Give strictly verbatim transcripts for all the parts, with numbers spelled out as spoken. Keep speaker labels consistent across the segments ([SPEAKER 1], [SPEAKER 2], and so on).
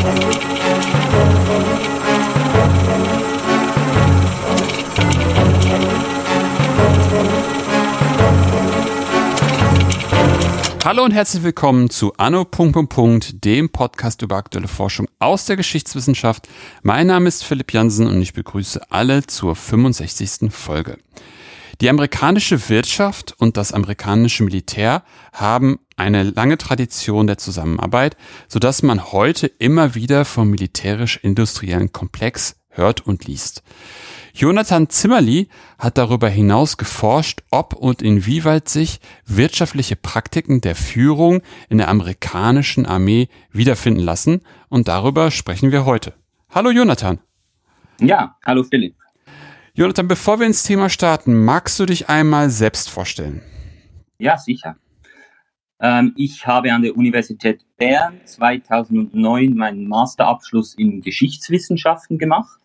[SPEAKER 1] Hallo und herzlich willkommen zu Anno. dem Podcast über aktuelle Forschung aus der Geschichtswissenschaft. Mein Name ist Philipp Jansen und ich begrüße alle zur fünfundsechzigsten Folge. Die amerikanische Wirtschaft und das amerikanische Militär haben eine lange Tradition der Zusammenarbeit, sodass man heute immer wieder vom militärisch-industriellen Komplex hört und liest. Jonathan Zimmerli hat darüber hinaus geforscht, ob und inwieweit sich wirtschaftliche Praktiken der Führung in der amerikanischen Armee wiederfinden lassen, und darüber sprechen wir heute. Hallo Jonathan.
[SPEAKER 2] Ja, hallo Philipp.
[SPEAKER 1] Jonathan, bevor wir ins Thema starten, magst du dich einmal selbst vorstellen?
[SPEAKER 2] Ja, sicher. Ähm, ich habe an der Universität Bern zweitausendneun meinen Masterabschluss in Geschichtswissenschaften gemacht.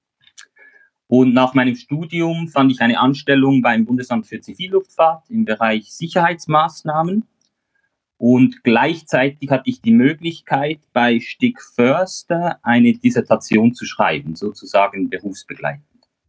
[SPEAKER 2] Und nach meinem Studium fand ich eine Anstellung beim Bundesamt für Zivilluftfahrt im Bereich Sicherheitsmaßnahmen. Und gleichzeitig hatte ich die Möglichkeit, bei Stig Förster eine Dissertation zu schreiben, sozusagen berufsbegleitend.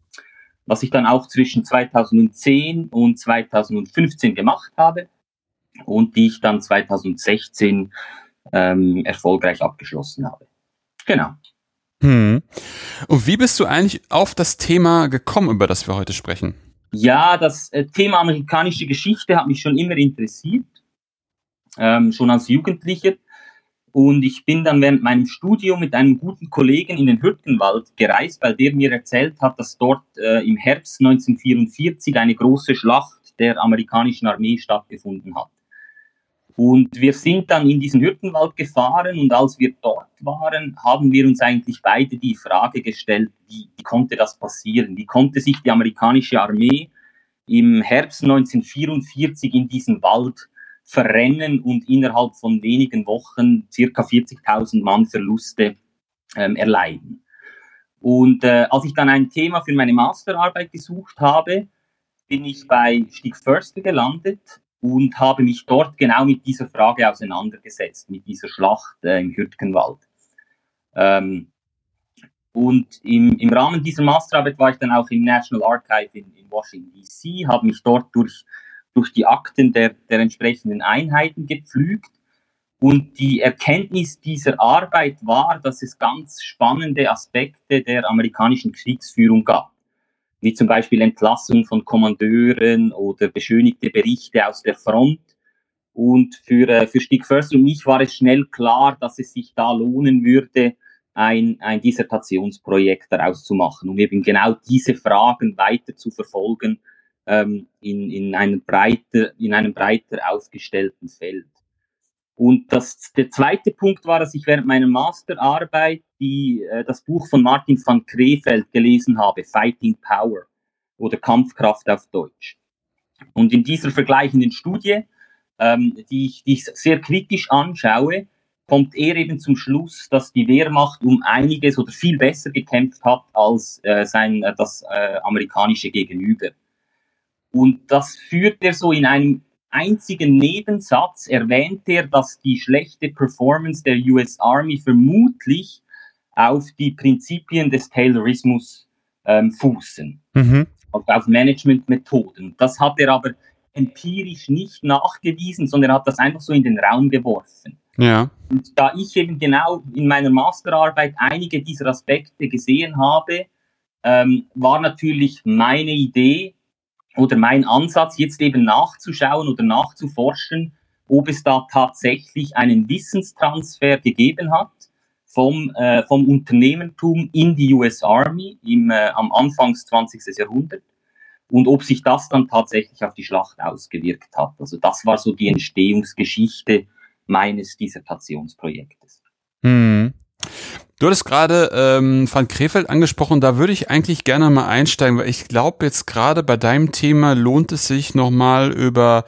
[SPEAKER 2] Was ich dann auch zwischen zweitausendzehn und zweitausendfünfzehn gemacht habe und die ich dann zweitausendsechzehn ähm, erfolgreich abgeschlossen habe. Genau.
[SPEAKER 1] Hm. Und wie bist du eigentlich auf das Thema gekommen, über das wir heute sprechen?
[SPEAKER 2] Ja, das äh, Thema amerikanische Geschichte hat mich schon immer interessiert, ähm, schon als Jugendlicher. Und ich bin dann während meinem Studium mit einem guten Kollegen in den Hürtgenwald gereist, weil der mir erzählt hat, dass dort äh, im Herbst neunzehnhundertvierundvierzig eine große Schlacht der amerikanischen Armee stattgefunden hat. Und wir sind dann in diesen Hürtgenwald gefahren, und als wir dort waren, haben wir uns eigentlich beide die Frage gestellt, wie, wie konnte das passieren? Wie konnte sich die amerikanische Armee im Herbst neunzehnhundertvierundvierzig in diesen Wald verrennen und innerhalb von wenigen Wochen circa vierzigtausend Mann Verluste ähm, erleiden? Und äh, als ich dann ein Thema für meine Masterarbeit gesucht habe, bin ich bei Stig Förster gelandet und habe mich dort genau mit dieser Frage auseinandergesetzt, mit dieser Schlacht äh, im Hürtgenwald. Ähm, und im, im Rahmen dieser Masterarbeit war ich dann auch im National Archive in, in Washington D C, habe mich dort durch, durch die Akten der, der entsprechenden Einheiten gepflügt. Und die Erkenntnis dieser Arbeit war, dass es ganz spannende Aspekte der amerikanischen Kriegsführung gab, wie zum Beispiel Entlassung von Kommandeuren oder beschönigte Berichte aus der Front. Und für, äh, für Stig Förster und mich war es schnell klar, dass es sich da lohnen würde, ein, ein Dissertationsprojekt daraus zu machen, um eben genau diese Fragen weiter zu verfolgen ähm, in, in, einem breiter, in einem breiter aufgestellten Feld. Und das, der zweite Punkt war, dass ich während meiner Masterarbeit die, äh, das Buch von Martin van Creveld gelesen habe, Fighting Power oder Kampfkraft auf Deutsch. Und in dieser vergleichenden Studie, ähm, die, ich, die ich sehr kritisch anschaue, kommt er eben zum Schluss, dass die Wehrmacht um einiges oder viel besser gekämpft hat als äh, sein, äh, das äh, amerikanische Gegenüber. Und das führt er so in einem einzigen Nebensatz, erwähnt er, dass die schlechte Performance der U S Army vermutlich auf die Prinzipien des Taylorismus ähm, fußen, mhm. also auf Managementmethoden. Das hat er aber empirisch nicht nachgewiesen, sondern er hat das einfach so in den Raum geworfen.
[SPEAKER 1] Ja.
[SPEAKER 2] Und da ich eben genau in meiner Masterarbeit einige dieser Aspekte gesehen habe, ähm, war natürlich meine Idee, oder mein Ansatz, jetzt eben nachzuschauen oder nachzuforschen, ob es da tatsächlich einen Wissenstransfer gegeben hat vom, äh, vom Unternehmertum in die U S Army im, äh, am Anfang des zwanzigsten Jahrhunderts und ob sich das dann tatsächlich auf die Schlacht ausgewirkt hat. Also das war so die Entstehungsgeschichte meines Dissertationsprojektes.
[SPEAKER 1] Hm. Du hattest gerade ähm, Van Creveld angesprochen, da würde ich eigentlich gerne mal einsteigen, weil ich glaube, jetzt gerade bei deinem Thema lohnt es sich nochmal über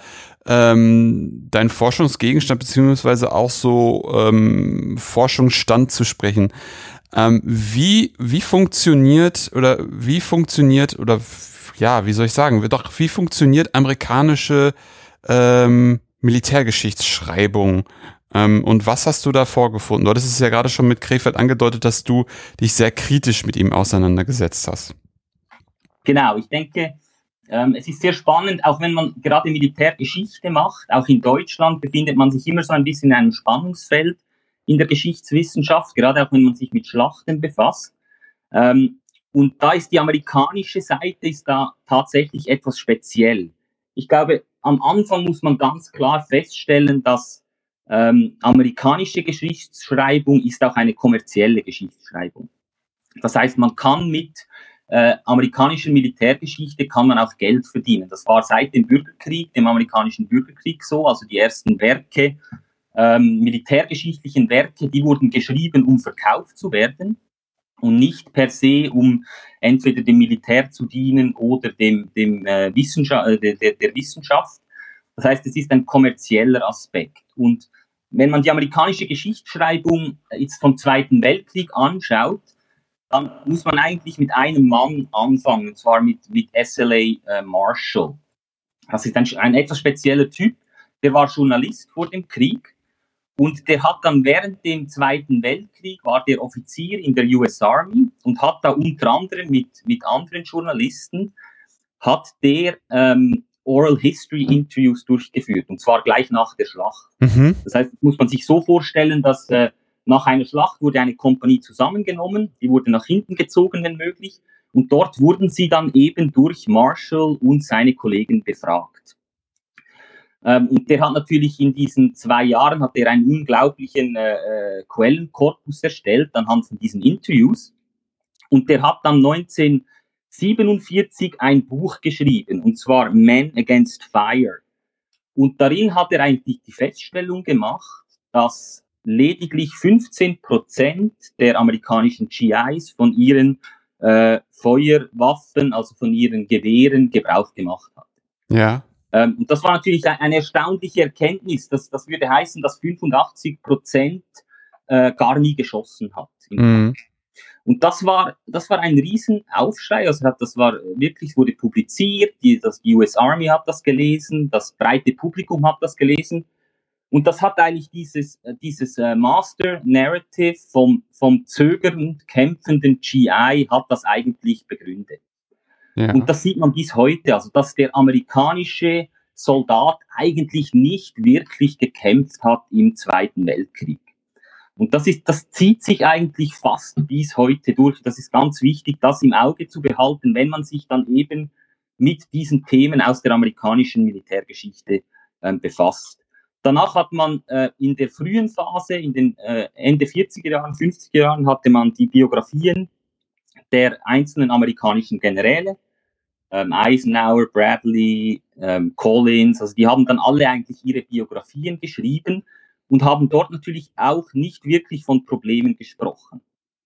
[SPEAKER 1] ähm, deinen Forschungsgegenstand beziehungsweise auch so ähm, Forschungsstand zu sprechen. Ähm, wie wie funktioniert oder wie funktioniert oder ja, wie soll ich sagen, doch wie funktioniert amerikanische ähm, Militärgeschichtsschreibung? Ähm, und was hast du da vorgefunden? Du hattest es ja gerade schon mit Krefeld angedeutet, dass du dich sehr kritisch mit ihm auseinandergesetzt hast.
[SPEAKER 2] Genau, ich denke, ähm, es ist sehr spannend, auch wenn man gerade Militärgeschichte macht, auch in Deutschland befindet man sich immer so ein bisschen in einem Spannungsfeld in der Geschichtswissenschaft, gerade auch wenn man sich mit Schlachten befasst. Ähm, und da ist die amerikanische Seite ist da tatsächlich etwas speziell. Ich glaube, am Anfang muss man ganz klar feststellen, dass ähm, amerikanische Geschichtsschreibung ist auch eine kommerzielle Geschichtsschreibung. Das heißt, man kann mit äh, amerikanischer Militärgeschichte kann man auch Geld verdienen. Das war seit dem Bürgerkrieg, dem amerikanischen Bürgerkrieg so. Also die ersten Werke, ähm, militärgeschichtlichen Werke, die wurden geschrieben, um verkauft zu werden und nicht per se, um entweder dem Militär zu dienen oder dem, dem äh, Wissenschaft, äh, der, der Wissenschaft. Das heißt, es ist ein kommerzieller Aspekt. Und wenn man die amerikanische Geschichtsschreibung jetzt vom Zweiten Weltkrieg anschaut, dann muss man eigentlich mit einem Mann anfangen, und zwar mit, mit S L A äh, Marshall. Das ist ein, ein etwas spezieller Typ, der war Journalist vor dem Krieg und der hat dann während dem Zweiten Weltkrieg, war der Offizier in der U S Army und hat da unter anderem mit, mit anderen Journalisten, hat der ähm, Oral History Interviews durchgeführt, und zwar gleich nach der Schlacht. Mhm. Das heißt, muss man sich so vorstellen, dass äh, nach einer Schlacht wurde eine Kompanie zusammengenommen, die wurde nach hinten gezogen, wenn möglich, und dort wurden sie dann eben durch Marshall und seine Kollegen befragt. Ähm, und der hat natürlich in diesen zwei Jahren hat er einen unglaublichen äh, Quellenkorpus erstellt anhand von diesen Interviews, und der hat dann neunzehnhundertsiebenundvierzig ein Buch geschrieben, und zwar Men Against Fire. Und darin hat er eigentlich die Feststellung gemacht, dass lediglich fünfzehn Prozent der amerikanischen G Is von ihren äh, Feuerwaffen, also von ihren Gewehren, Gebrauch gemacht hat.
[SPEAKER 1] Ja.
[SPEAKER 2] Ähm, und das war natürlich eine erstaunliche Erkenntnis. Das, das würde heißen, dass fünfundachtzig Prozent äh, gar nie geschossen hat. Mhm. Und das war, das war ein Riesenaufschrei. Also das war wirklich, wurde publiziert, die, das, die U S Army hat das gelesen, das breite Publikum hat das gelesen. Und das hat eigentlich dieses, dieses äh, Master Narrative vom, vom zögernd kämpfenden G I hat das eigentlich begründet. Ja. Und das sieht man bis heute, also dass der amerikanische Soldat eigentlich nicht wirklich gekämpft hat im Zweiten Weltkrieg. Und das ist, das zieht sich eigentlich fast bis heute durch. Das ist ganz wichtig, das im Auge zu behalten, wenn man sich dann eben mit diesen Themen aus der amerikanischen Militärgeschichte äh, befasst. Danach hat man äh, in der frühen Phase, in den äh, Ende vierziger Jahren, fünfziger Jahren, hatte man die Biografien der einzelnen amerikanischen Generäle, ähm, Eisenhower, Bradley, ähm, Collins, also die haben dann alle eigentlich ihre Biografien geschrieben und haben dort natürlich auch nicht wirklich von Problemen gesprochen.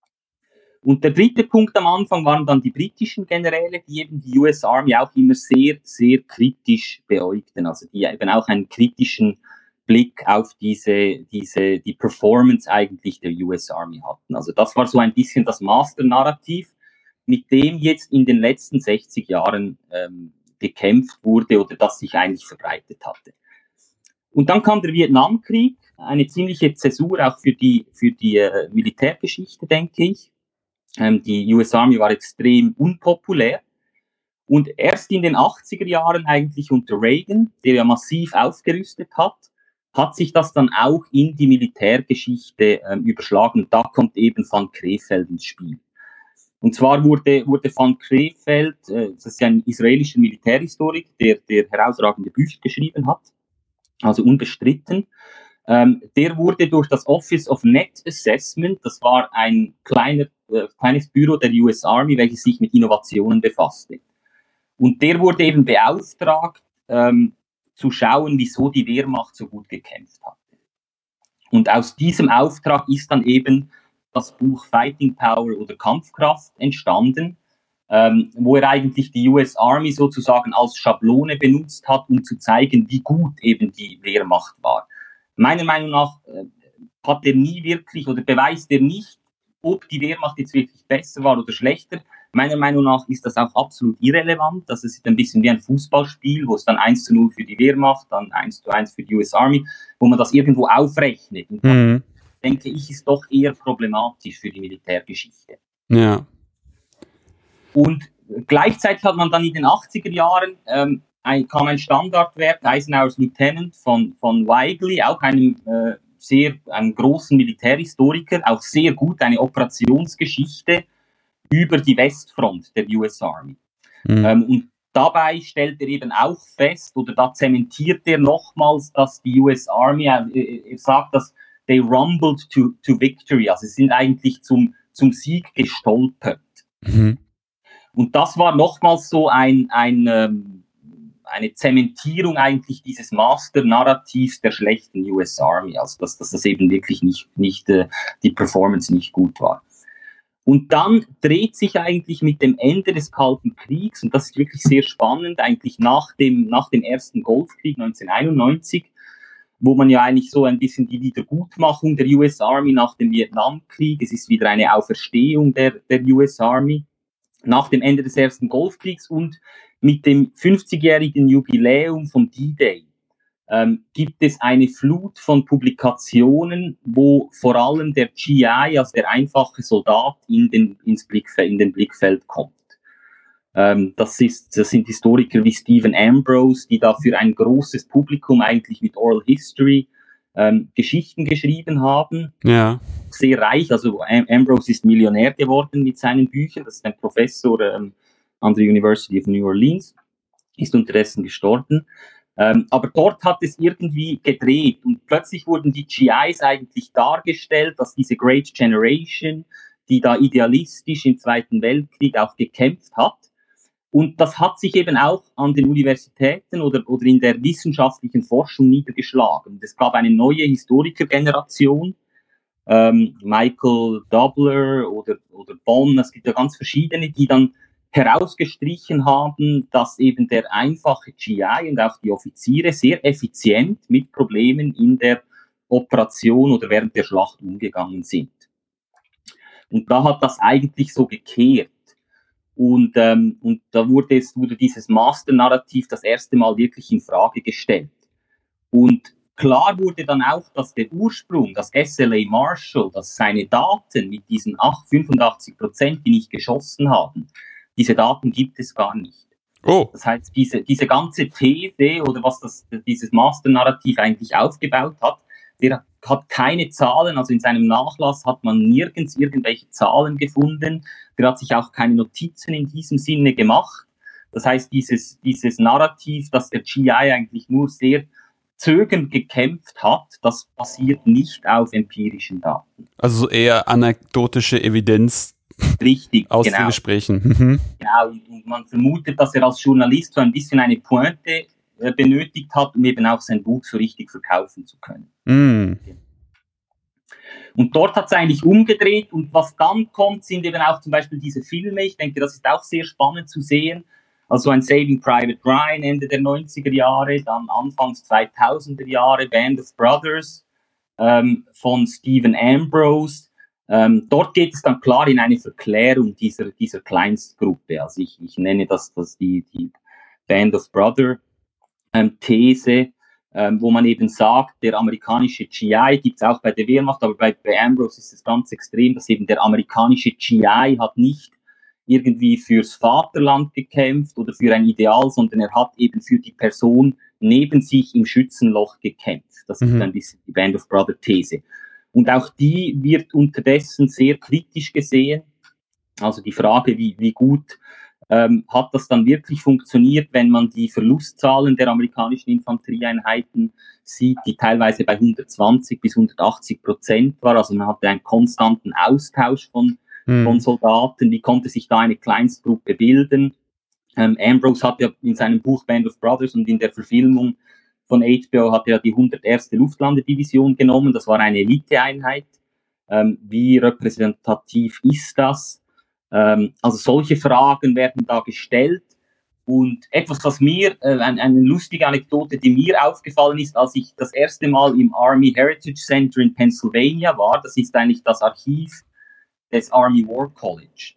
[SPEAKER 2] Und der dritte Punkt am Anfang waren dann die britischen Generäle, die eben die U S Army auch immer sehr, sehr kritisch beäugten, also die eben auch einen kritischen Blick auf diese, diese, die Performance eigentlich der U S Army hatten. Also das war so ein bisschen das Master-Narrativ, mit dem jetzt in den letzten sechzig Jahren ähm, gekämpft wurde oder das sich eigentlich verbreitet hatte. Und dann kam der Vietnamkrieg, eine ziemliche Zäsur auch für die, für die äh, Militärgeschichte, denke ich. Ähm, die U S Army war extrem unpopulär. Und erst in den achtziger Jahren eigentlich unter Reagan, der ja massiv aufgerüstet hat, hat sich das dann auch in die Militärgeschichte ähm, überschlagen. Und da kommt eben Van Creveld ins Spiel. Und zwar wurde, wurde Van Creveld, äh, das ist ja ein israelischer Militärhistoriker, der, der herausragende Bücher geschrieben hat, also unbestritten. Ähm, der wurde durch das Office of Net Assessment, das war ein kleiner, äh, kleines Büro der U S Army, welches sich mit Innovationen befasste. Und der wurde eben beauftragt, ähm, zu schauen, wieso die Wehrmacht so gut gekämpft hat. Und aus diesem Auftrag ist dann eben das Buch Fighting Power oder Kampfkraft entstanden, ähm, wo er eigentlich die U S Army sozusagen als Schablone benutzt hat, um zu zeigen, wie gut eben die Wehrmacht war. Meiner Meinung nach äh, hat er nie wirklich oder beweist er nicht, ob die Wehrmacht jetzt wirklich besser war oder schlechter. Meiner Meinung nach ist das auch absolut irrelevant. Das ist ein bisschen wie ein Fußballspiel, wo es dann eins zu null für die Wehrmacht, dann eins zu eins für die U S Army, wo man das irgendwo aufrechnet. Und das,
[SPEAKER 1] Mhm.
[SPEAKER 2] denke ich, ist doch eher problematisch für die Militärgeschichte.
[SPEAKER 1] Ja.
[SPEAKER 2] Und gleichzeitig hat man dann in den achtziger Jahren ähm, ein, kam ein Standardwerk, Eisenhowers Lieutenant von, von Weigley, auch einem äh, sehr einem großen Militärhistoriker, auch sehr gut, eine Operationsgeschichte über die Westfront der U S Army. Mhm. Ähm, und dabei stellt er eben auch fest, oder da zementiert er nochmals, dass die U S Army, äh, er sagt, dass they rumbled to, to victory, also sie sind eigentlich zum, zum Sieg gestolpert. Mhm. Und das war nochmals so ein, ein, ähm, eine Zementierung eigentlich dieses Master-Narrativs der schlechten U S Army, also dass, dass das eben wirklich nicht, nicht äh, die Performance nicht gut war. Und dann dreht sich eigentlich mit dem Ende des Kalten Kriegs, und das ist wirklich sehr spannend, eigentlich nach dem, nach dem ersten Golfkrieg neunzehnhunderteinundneunzig, wo man ja eigentlich so ein bisschen die Wiedergutmachung der U S Army nach dem Vietnamkrieg, es ist wieder eine Auferstehung der, der U S Army, nach dem Ende des ersten Golfkriegs und mit dem fünfzigjährigen Jubiläum von D-Day ähm, gibt es eine Flut von Publikationen, wo vor allem der G I, also der einfache Soldat, in den, ins Blickfeld, in den Blickfeld kommt. Ähm, das, ist, das sind Historiker wie Stephen Ambrose, die da für ein großes Publikum eigentlich mit Oral History ähm, Geschichten geschrieben haben. Ja. Sehr reich, also Am- Ambrose ist Millionär geworden mit seinen Büchern, das ist ein Professor ähm, an der University of New Orleans, ist unterdessen gestorben. Ähm, aber dort hat es irgendwie gedreht und plötzlich wurden die G Is eigentlich dargestellt als diese Great Generation, die da idealistisch im Zweiten Weltkrieg auch gekämpft hat. Und das hat sich eben auch an den Universitäten oder, oder in der wissenschaftlichen Forschung niedergeschlagen. Es gab eine neue Historikergeneration, ähm, Michael Dobler oder, oder Bonn, es gibt ja ganz verschiedene, die dann herausgestrichen haben, dass eben der einfache G I und auch die Offiziere sehr effizient mit Problemen in der Operation oder während der Schlacht umgegangen sind. Und da hat das eigentlich so gekehrt. Und, ähm, und da wurde es, wurde dieses Master-Narrativ das erste Mal wirklich in Frage gestellt. Und klar wurde dann auch, dass der Ursprung, das S L A Marshall, dass seine Daten mit diesen fünfundachtzig Prozent, die nicht geschossen haben, diese Daten gibt es gar nicht. Oh. Das heißt, diese, diese ganze These oder was das, dieses Master-Narrativ eigentlich aufgebaut hat, der hat keine Zahlen, also in seinem Nachlass hat man nirgends irgendwelche Zahlen gefunden. Der hat sich auch keine Notizen in diesem Sinne gemacht. Das heißt, dieses, dieses Narrativ, dass der G I eigentlich nur sehr zögernd gekämpft hat, das basiert nicht auf empirischen Daten.
[SPEAKER 1] Also so eher anekdotische Evidenz.
[SPEAKER 2] Richtig,
[SPEAKER 1] aus
[SPEAKER 2] genau.
[SPEAKER 1] den Gesprächen. Mhm.
[SPEAKER 2] Genau, und man vermutet, dass er als Journalist so ein bisschen eine Pointe äh, benötigt hat, um eben auch sein Buch so richtig verkaufen zu können. Mhm. Und dort hat es eigentlich umgedreht und was dann kommt, sind eben auch zum Beispiel diese Filme. Ich denke, das ist auch sehr spannend zu sehen. Also ein Saving Private Ryan Ende der neunziger Jahre, dann Anfangs zweitausender Jahre, Band of Brothers ähm, von Stephen Ambrose. Ähm, dort geht es dann klar in eine Verklärung dieser, dieser Kleinstgruppe. Also ich, ich nenne das, das die, die Band of Brother ähm, These, ähm, wo man eben sagt, der amerikanische G I gibt es auch bei der Wehrmacht, aber bei, bei Ambrose ist es ganz extrem, dass eben der amerikanische G I hat nicht irgendwie fürs Vaterland gekämpft oder für ein Ideal, sondern er hat eben für die Person neben sich im Schützenloch gekämpft. Das mhm. ist ein bisschen die Band of Brother These. Und auch die wird unterdessen sehr kritisch gesehen. Also die Frage, wie, wie gut ähm, hat das dann wirklich funktioniert, wenn man die Verlustzahlen der amerikanischen Infanterieeinheiten sieht, die teilweise bei hundertzwanzig bis hundertachtzig Prozent war. Also man hatte einen konstanten Austausch von, hm. von Soldaten. Wie konnte sich da eine Kleinstgruppe bilden? Ähm, Ambrose hat ja in seinem Buch Band of Brothers und in der Verfilmung von H B O hat er die hunderterste Luftlandedivision genommen. Das war eine Eliteeinheit. Ähm, wie repräsentativ ist das? Ähm, also solche Fragen werden da gestellt. Und etwas, was mir, äh, eine, eine lustige Anekdote, die mir aufgefallen ist, als ich das erste Mal im Army Heritage Center in Pennsylvania war, das ist eigentlich das Archiv des Army War College.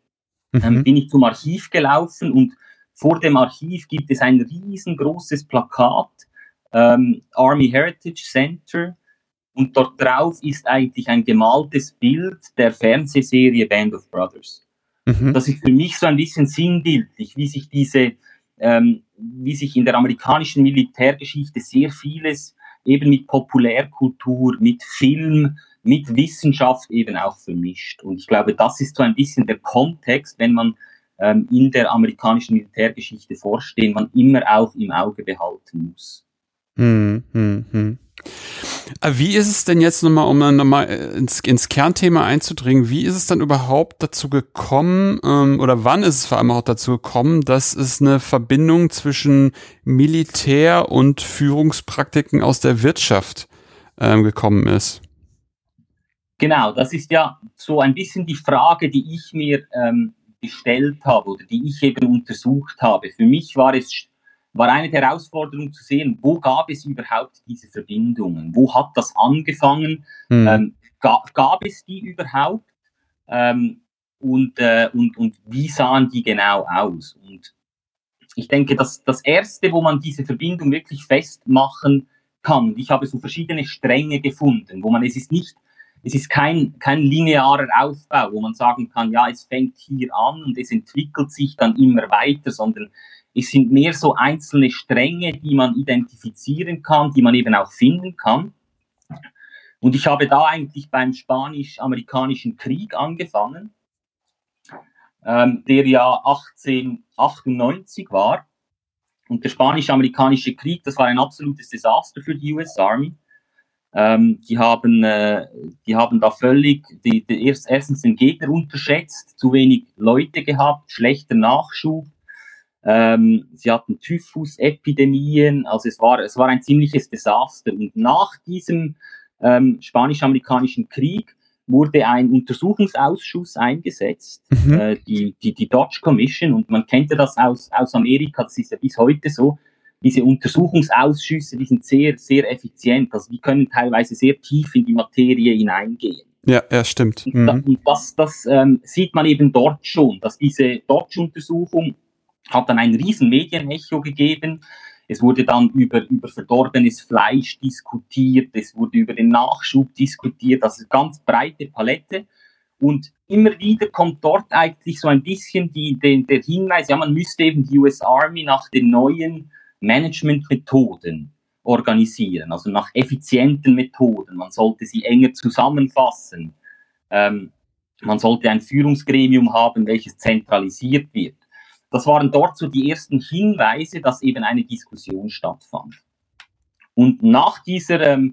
[SPEAKER 2] ähm, bin ich zum Archiv gelaufen und vor dem Archiv gibt es ein riesengroßes Plakat, ähm, Army Heritage Center, und dort drauf ist eigentlich ein gemaltes Bild der Fernsehserie Band of Brothers.
[SPEAKER 1] Mhm.
[SPEAKER 2] Das ist für mich so ein bisschen sinnbildlich, wie sich diese, ähm, wie sich in der amerikanischen Militärgeschichte sehr vieles eben mit Populärkultur, mit Film, mit Wissenschaft eben auch vermischt. Und ich glaube, das ist so ein bisschen der Kontext, wenn man ähm, in der amerikanischen Militärgeschichte forscht, den man immer auch im Auge behalten muss.
[SPEAKER 1] Hm, hm, hm. Wie ist es denn jetzt nochmal, um dann nochmal ins, ins Kernthema einzudringen, wie ist es dann überhaupt dazu gekommen, ähm, oder wann ist es vor allem auch dazu gekommen, dass es eine Verbindung zwischen Militär und Führungspraktiken aus der Wirtschaft ähm, gekommen ist?
[SPEAKER 2] Genau, das ist ja so ein bisschen die Frage, die ich mir ähm, gestellt habe oder die ich eben untersucht habe. Für mich war es war eine der Herausforderungen zu sehen, wo gab es überhaupt diese Verbindungen? Wo hat das angefangen?
[SPEAKER 1] Hm.
[SPEAKER 2] Ähm, ga, gab es die überhaupt? Ähm, und, äh, und, und wie sahen die genau aus? Und ich denke, dass das Erste, wo man diese Verbindung wirklich festmachen kann, ich habe so verschiedene Stränge gefunden, wo man, es ist nicht, es ist kein, kein linearer Aufbau, wo man sagen kann, ja, es fängt hier an und es entwickelt sich dann immer weiter, sondern es sind mehr so einzelne Stränge, die man identifizieren kann, die man eben auch finden kann. Und ich habe da eigentlich beim Spanisch-Amerikanischen Krieg angefangen, ähm, der ja achtzehnhundertachtundneunzig war. Und der Spanisch-Amerikanische Krieg, das war ein absolutes Desaster für die U S Army. Ähm, die haben, äh, die haben da völlig, die, die erst, erstens den Gegner unterschätzt, zu wenig Leute gehabt, schlechter Nachschub. Ähm, sie hatten Typhus-Epidemien, also es war, es war ein ziemliches Desaster. Und nach diesem ähm, Spanisch-Amerikanischen Krieg wurde ein Untersuchungsausschuss eingesetzt,
[SPEAKER 1] Mhm.
[SPEAKER 2] äh, die, die, die Dodge Commission, und man kennt ja das aus, aus Amerika, das ist ja bis heute so. Diese Untersuchungsausschüsse, die sind sehr, sehr effizient, also die können teilweise sehr tief in die Materie hineingehen.
[SPEAKER 1] Ja, ja, stimmt.
[SPEAKER 2] Und,
[SPEAKER 1] Mhm.
[SPEAKER 2] da, und das, das ähm, sieht man eben dort schon, dass diese Dodge-Untersuchung hat dann ein riesen Medienecho gegeben. Es wurde dann über, über verdorbenes Fleisch diskutiert, es wurde über den Nachschub diskutiert, also ganz breite Palette. Und immer wieder kommt dort eigentlich so ein bisschen die, die, der Hinweis, ja, man müsste eben die U S Army nach den neuen Managementmethoden organisieren, also nach effizienten Methoden. Man sollte sie enger zusammenfassen. Ähm, man sollte ein Führungsgremium haben, welches zentralisiert wird. Das waren dort so die ersten Hinweise, dass eben eine Diskussion stattfand. Und nach dieser ähm,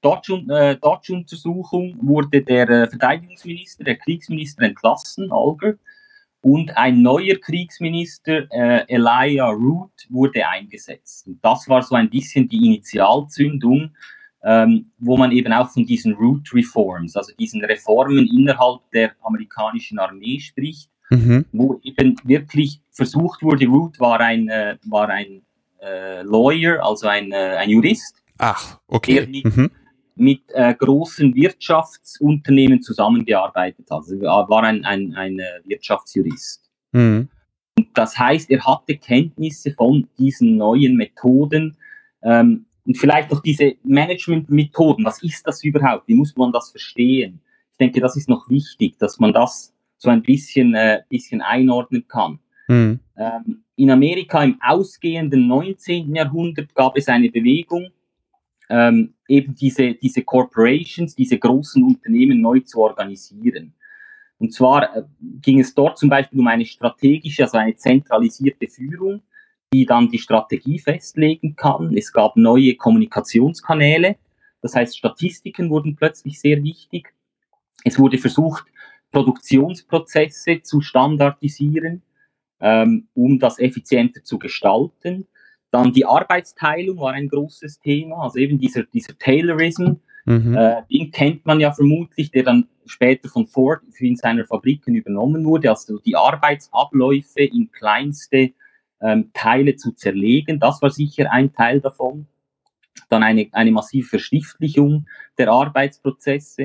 [SPEAKER 2] Dodge-Untersuchung äh, wurde der äh, Verteidigungsminister, der Kriegsminister entlassen, Alger, und ein neuer Kriegsminister, äh, Elijah Root, wurde eingesetzt. Und das war so ein bisschen die Initialzündung, ähm, wo man eben auch von diesen Root Reforms, also diesen Reformen innerhalb der amerikanischen Armee spricht, mhm. wo eben wirklich versucht wurde, Root war ein, äh, war ein äh, Lawyer, also ein, äh, ein Jurist.
[SPEAKER 1] Ach, okay.
[SPEAKER 2] Der mit, mhm. mit äh, großen Wirtschaftsunternehmen zusammengearbeitet hat. Also war ein, ein, ein Wirtschaftsjurist.
[SPEAKER 1] Mhm.
[SPEAKER 2] Und das heißt, er hatte Kenntnisse von diesen neuen Methoden ähm, und vielleicht auch diese Managementmethoden. Was ist das überhaupt? Wie muss man das verstehen? Ich denke, das ist noch wichtig, dass man das so ein bisschen, äh, bisschen einordnen kann. Mhm. Ähm, in Amerika im ausgehenden neunzehnten Jahrhundert gab es eine Bewegung, ähm, eben diese, diese Corporations, diese großen Unternehmen neu zu organisieren. Und zwar äh, ging es dort zum Beispiel um eine strategische, also eine zentralisierte Führung, die dann die Strategie festlegen kann. Es gab neue Kommunikationskanäle, das heißt, Statistiken wurden plötzlich sehr wichtig. Es wurde versucht, Produktionsprozesse zu standardisieren, ähm, um das effizienter zu gestalten. Dann die Arbeitsteilung war ein großes Thema, also eben dieser, dieser Taylorism, mhm. äh, den kennt man ja vermutlich, der dann später von Ford in seiner Fabriken übernommen wurde, also die Arbeitsabläufe in kleinste ähm, Teile zu zerlegen, das war sicher ein Teil davon. Dann eine, eine massive Verschriftlichung der Arbeitsprozesse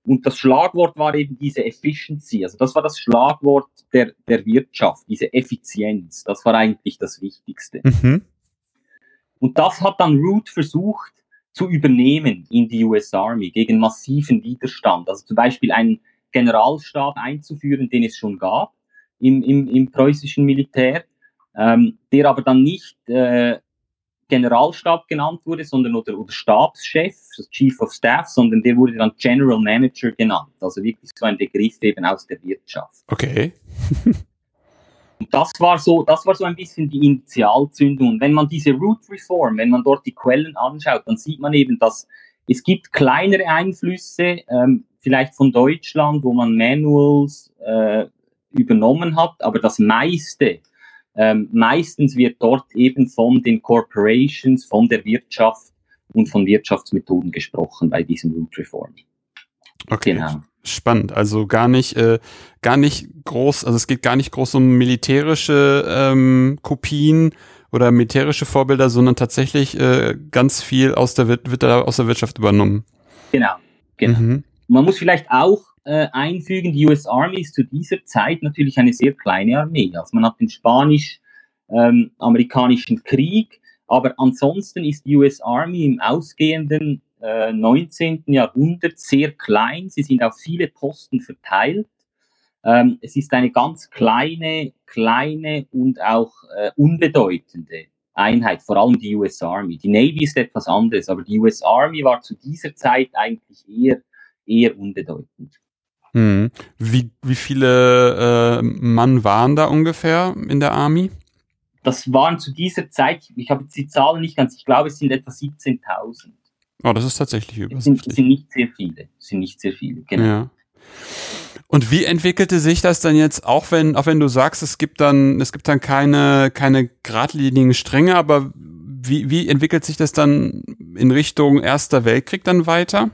[SPEAKER 2] Und das Schlagwort war eben diese Efficiency. Also das war das Schlagwort der, der Wirtschaft, diese Effizienz. Das war eigentlich das Wichtigste.
[SPEAKER 1] Mhm.
[SPEAKER 2] Und das hat dann Root versucht zu übernehmen in die U S Army gegen massiven Widerstand. Also zum Beispiel einen Generalstab einzuführen, den es schon gab im, im, im preußischen Militär, ähm, der aber dann nicht äh, Generalstab genannt wurde, sondern oder, oder Stabschef, Chief of Staff, sondern der wurde dann General Manager genannt. Also wirklich so ein Begriff eben aus der Wirtschaft.
[SPEAKER 1] Okay.
[SPEAKER 2] Und das war so, das war so ein bisschen die Initialzündung. Und wenn man diese Root Reform, wenn man dort die Quellen anschaut, dann sieht man eben, dass es gibt kleinere Einflüsse, ähm, vielleicht von Deutschland, wo man Manuals äh, übernommen hat, aber das meiste, ähm, meistens wird dort eben von den Corporations, von der Wirtschaft und von Wirtschaftsmethoden gesprochen bei diesem Root Reform.
[SPEAKER 1] Okay.
[SPEAKER 2] Genau.
[SPEAKER 1] Spannend, also gar nicht, äh, gar nicht groß, also es geht gar nicht groß um militärische ähm, Kopien oder militärische Vorbilder, sondern tatsächlich äh, ganz viel aus der, wird da aus der Wirtschaft übernommen.
[SPEAKER 2] Genau, genau. Mhm. Man muss vielleicht auch äh, einfügen, die U S Army ist zu dieser Zeit natürlich eine sehr kleine Armee. Also man hat den Spanisch-Amerikanischen ähm, Krieg, aber ansonsten ist die U S Army im ausgehenden äh, neunzehnten. Jahrhundert sehr klein. Sie sind auf viele Posten verteilt. Ähm, es ist eine ganz kleine, kleine und auch äh, unbedeutende Einheit, vor allem die U S Army. Die Navy ist etwas anderes, aber die U S Army war zu dieser Zeit eigentlich eher, eher unbedeutend.
[SPEAKER 1] Hm. Wie, wie viele äh, Mann waren da ungefähr in der Army?
[SPEAKER 2] Das waren zu dieser Zeit, ich habe jetzt die Zahlen nicht ganz, ich glaube, es sind etwa siebzehntausend.
[SPEAKER 1] Oh, das ist tatsächlich
[SPEAKER 2] übersichtlich. Es sind, es sind nicht sehr viele, es sind nicht sehr viele, genau.
[SPEAKER 1] Ja. Und wie entwickelte sich das dann jetzt, auch wenn, auch wenn du sagst, es gibt dann, es gibt dann keine, keine geradlinigen Stränge, aber wie, wie entwickelt sich das dann in Richtung Erster Weltkrieg dann weiter?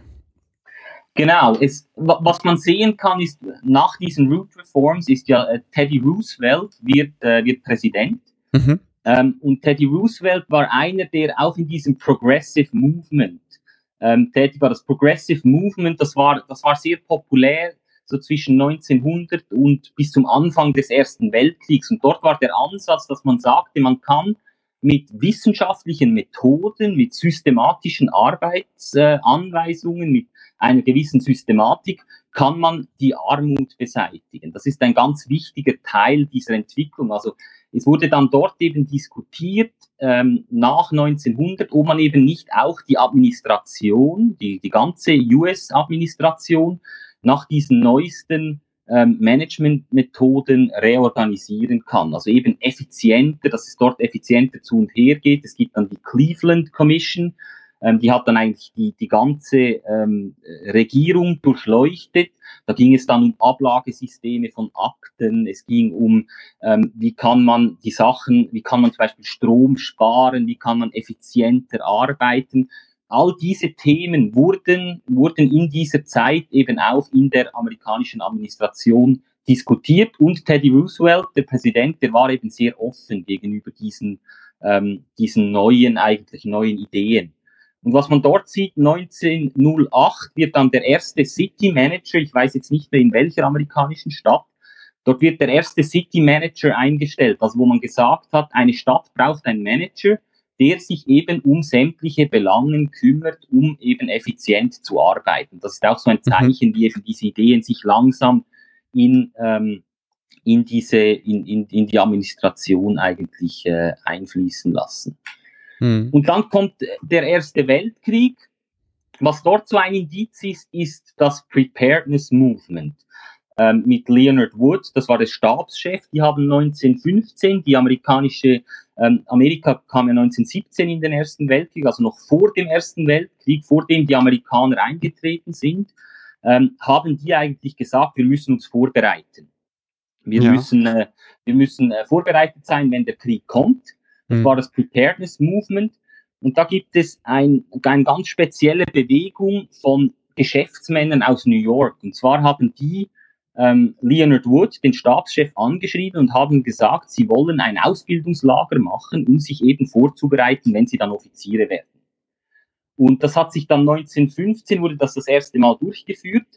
[SPEAKER 2] Genau, es, was man sehen kann, ist, nach diesen Root Reforms ist ja äh, Teddy Roosevelt wird, äh, wird Präsident. Mhm. Ähm, und Teddy Roosevelt war einer, der auch in diesem Progressive Movement ähm, tätig war. Das Progressive Movement, das war, das war sehr populär, so zwischen neunzehnhundert und bis zum Anfang des Ersten Weltkriegs. Und dort war der Ansatz, dass man sagte, man kann mit wissenschaftlichen Methoden, mit systematischen Arbeitsanweisungen, äh, mit einer gewissen Systematik, kann man die Armut beseitigen. Das ist ein ganz wichtiger Teil dieser Entwicklung. Also es wurde dann dort eben diskutiert, ähm, nach neunzehnhundert, ob man eben nicht auch die Administration, die, die ganze U S-Administration nach diesen neuesten ähm, Managementmethoden reorganisieren kann. Also eben effizienter, dass es dort effizienter zu und her geht. Es gibt dann die Cleveland Commission, ähm, die hat dann eigentlich die, die ganze ähm, Regierung durchleuchtet. Da ging es dann um Ablagesysteme von Akten, es ging um, ähm, wie kann man die Sachen, wie kann man zum Beispiel Strom sparen, wie kann man effizienter arbeiten. All diese Themen wurden, wurden in dieser Zeit eben auch in der amerikanischen Administration diskutiert und Teddy Roosevelt, der Präsident, der war eben sehr offen gegenüber diesen, ähm, diesen neuen, eigentlich neuen Ideen. Und was man dort sieht, neunzehnhundertacht wird dann der erste City Manager, ich weiß jetzt nicht mehr in welcher amerikanischen Stadt, dort wird der erste City Manager eingestellt, also wo man gesagt hat, eine Stadt braucht einen Manager, der sich eben um sämtliche Belangen kümmert, um eben effizient zu arbeiten. Das ist auch so ein Zeichen, wie eben diese Ideen sich langsam in, ähm, in diese, in, in, in die Administration eigentlich äh, einfließen lassen. Hm. Und dann kommt der Erste Weltkrieg. Was dort so ein Indiz ist, ist das Preparedness Movement. Ähm, mit Leonard Wood, das war der Stabschef, die haben neunzehnhundertfünfzehn, die amerikanische, ähm, Amerika kam ja neunzehnhundertsiebzehn in den Ersten Weltkrieg, also noch vor dem Ersten Weltkrieg, vor dem die Amerikaner eingetreten sind, ähm, haben die eigentlich gesagt, wir müssen uns vorbereiten. Wir ja. müssen, äh, wir müssen äh, vorbereitet sein, wenn der Krieg kommt. Das hm. war das Preparedness Movement. Und da gibt es ein, eine ganz spezielle Bewegung von Geschäftsmännern aus New York. Und zwar haben die ähm, Leonard Wood, den Stabschef, angeschrieben und haben gesagt, sie wollen ein Ausbildungslager machen, um sich eben vorzubereiten, wenn sie dann Offiziere werden. Und das hat sich dann neunzehnhundertfünfzehn, wurde das das erste Mal durchgeführt.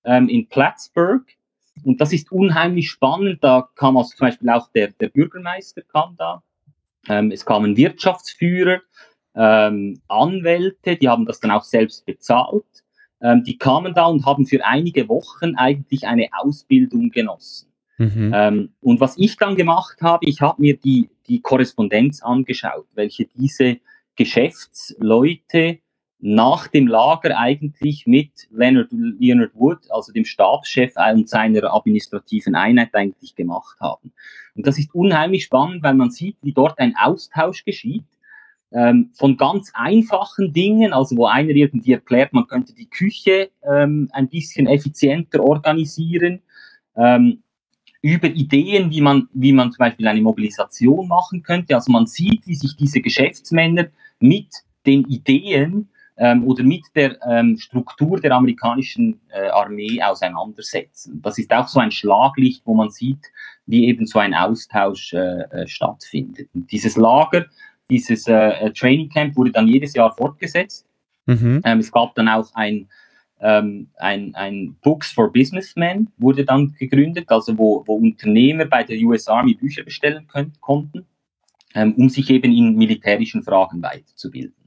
[SPEAKER 2] ähm, in Plattsburgh. Und das ist unheimlich spannend. Da kam also zum Beispiel auch der, der Bürgermeister kam da. Ähm, es kamen Wirtschaftsführer, ähm, Anwälte, die haben das dann auch selbst bezahlt. Ähm, die kamen da und haben für einige Wochen eigentlich eine Ausbildung genossen. Mhm. Ähm, und was ich dann gemacht habe, ich habe mir die, die Korrespondenz angeschaut, welche diese Geschäftsleute nach dem Lager eigentlich mit Leonard, Leonard Wood, also dem Stabschef und seiner administrativen Einheit eigentlich gemacht haben. Und das ist unheimlich spannend, weil man sieht, wie dort ein Austausch geschieht, ähm, von ganz einfachen Dingen, also wo einer irgendwie erklärt, man könnte die Küche ähm, ein bisschen effizienter organisieren, ähm, über Ideen, wie man, wie man zum Beispiel eine Mobilisation machen könnte. Also man sieht, wie sich diese Geschäftsmänner mit den Ideen ähm, oder mit der ähm, Struktur der amerikanischen äh, Armee auseinandersetzen. Das ist auch so ein Schlaglicht, wo man sieht, wie eben so ein Austausch äh, äh, stattfindet. Und dieses Lager, dieses äh, Training Camp wurde dann jedes Jahr fortgesetzt. Mhm. Ähm, es gab dann auch ein Ähm, ein, ein Books for Businessmen wurde dann gegründet, also wo, wo Unternehmer bei der U S Army Bücher bestellen können, konnten, ähm, um sich eben in militärischen Fragen weiterzubilden.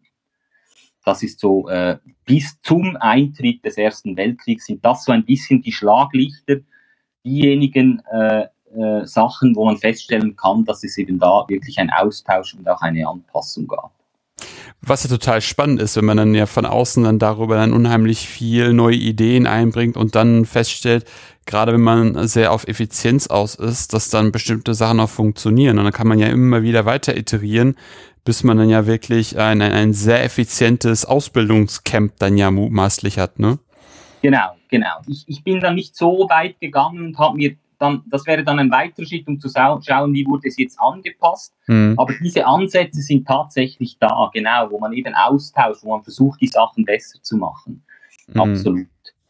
[SPEAKER 2] Das ist so, äh, bis zum Eintritt des Ersten Weltkriegs sind das so ein bisschen die Schlaglichter, diejenigen äh, äh, Sachen, wo man feststellen kann, dass es eben da wirklich ein Austausch und auch eine Anpassung gab.
[SPEAKER 1] Was ja total spannend ist, wenn man dann ja von außen dann darüber dann unheimlich viel neue Ideen einbringt und dann feststellt, gerade wenn man sehr auf Effizienz aus ist, dass dann bestimmte Sachen auch funktionieren. Und dann kann man ja immer wieder weiter iterieren, bis man dann ja wirklich ein, ein, ein sehr effizientes Ausbildungscamp dann ja mutmaßlich hat, ne?
[SPEAKER 2] Genau, genau. Ich, ich bin dann nicht so weit gegangen und habe mir dann, das wäre dann ein weiterer Schritt, um zu schauen, wie wurde es jetzt angepasst. Mhm. Aber diese Ansätze sind tatsächlich da, genau, wo man eben austauscht, wo man versucht, die Sachen besser zu machen. Mhm. Absolut.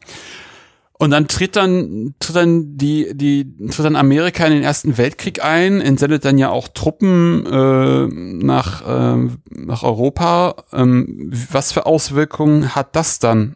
[SPEAKER 1] Und dann tritt dann, tritt dann die, die, tritt dann Amerika in den Ersten Weltkrieg ein, entsendet dann ja auch Truppen äh, nach, äh, nach Europa. Ähm, was für Auswirkungen hat das dann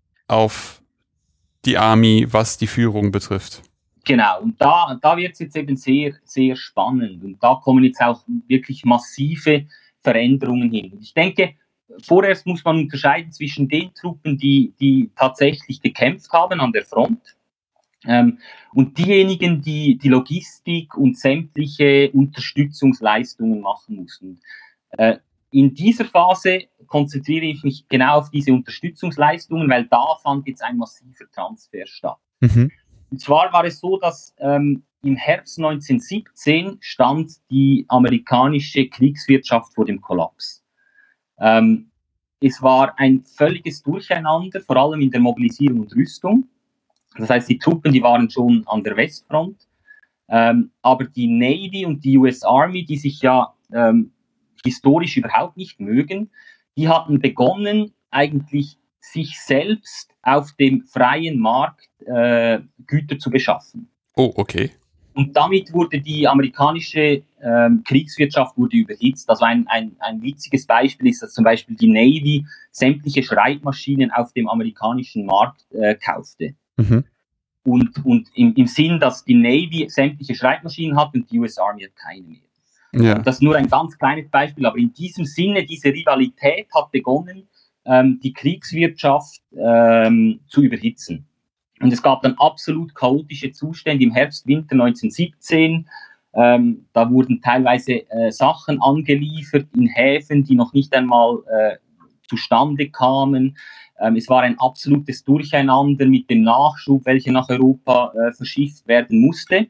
[SPEAKER 1] auf die Army, was die Führung betrifft?
[SPEAKER 2] Genau, und da, da wird es jetzt eben sehr, sehr spannend. Und da kommen jetzt auch wirklich massive Veränderungen hin. Und ich denke, vorerst muss man unterscheiden zwischen den Truppen, die, die tatsächlich gekämpft haben an der Front, ähm, und diejenigen, die die Logistik und sämtliche Unterstützungsleistungen machen mussten. Äh, in dieser Phase konzentriere ich mich genau auf diese Unterstützungsleistungen, weil da fand jetzt ein massiver Transfer statt. Mhm. Und zwar war es so, dass ähm, im Herbst neunzehnhundertsiebzehn stand die amerikanische Kriegswirtschaft vor dem Kollaps. Ähm, es war ein völliges Durcheinander, vor allem in der Mobilisierung und Rüstung. Das heißt, die Truppen, die waren schon an der Westfront. Ähm, aber die Navy und die U S Army, die sich ja ähm, historisch überhaupt nicht mögen, die hatten begonnen, eigentlich sich selbst auf dem freien Markt äh, Güter zu beschaffen.
[SPEAKER 1] Oh, okay.
[SPEAKER 2] Und damit wurde die amerikanische ähm, Kriegswirtschaft wurde überhitzt. Also ein, ein, ein witziges Beispiel ist, dass zum Beispiel die Navy sämtliche Schreibmaschinen auf dem amerikanischen Markt äh, kaufte. Mhm. Und, und im, im Sinn, dass die Navy sämtliche Schreibmaschinen hat und die U S Army hat keine mehr. Ja. Das ist nur ein ganz kleines Beispiel, aber in diesem Sinne, diese Rivalität hat begonnen, ähm, die Kriegswirtschaft ähm, zu überhitzen. Und es gab dann absolut chaotische Zustände im Herbst, Winter neunzehnhundertsiebzehn. Ähm, da wurden teilweise äh, Sachen angeliefert in Häfen, die noch nicht einmal äh, zustande kamen. Ähm, es war ein absolutes Durcheinander mit dem Nachschub, welcher nach Europa äh, verschifft werden musste.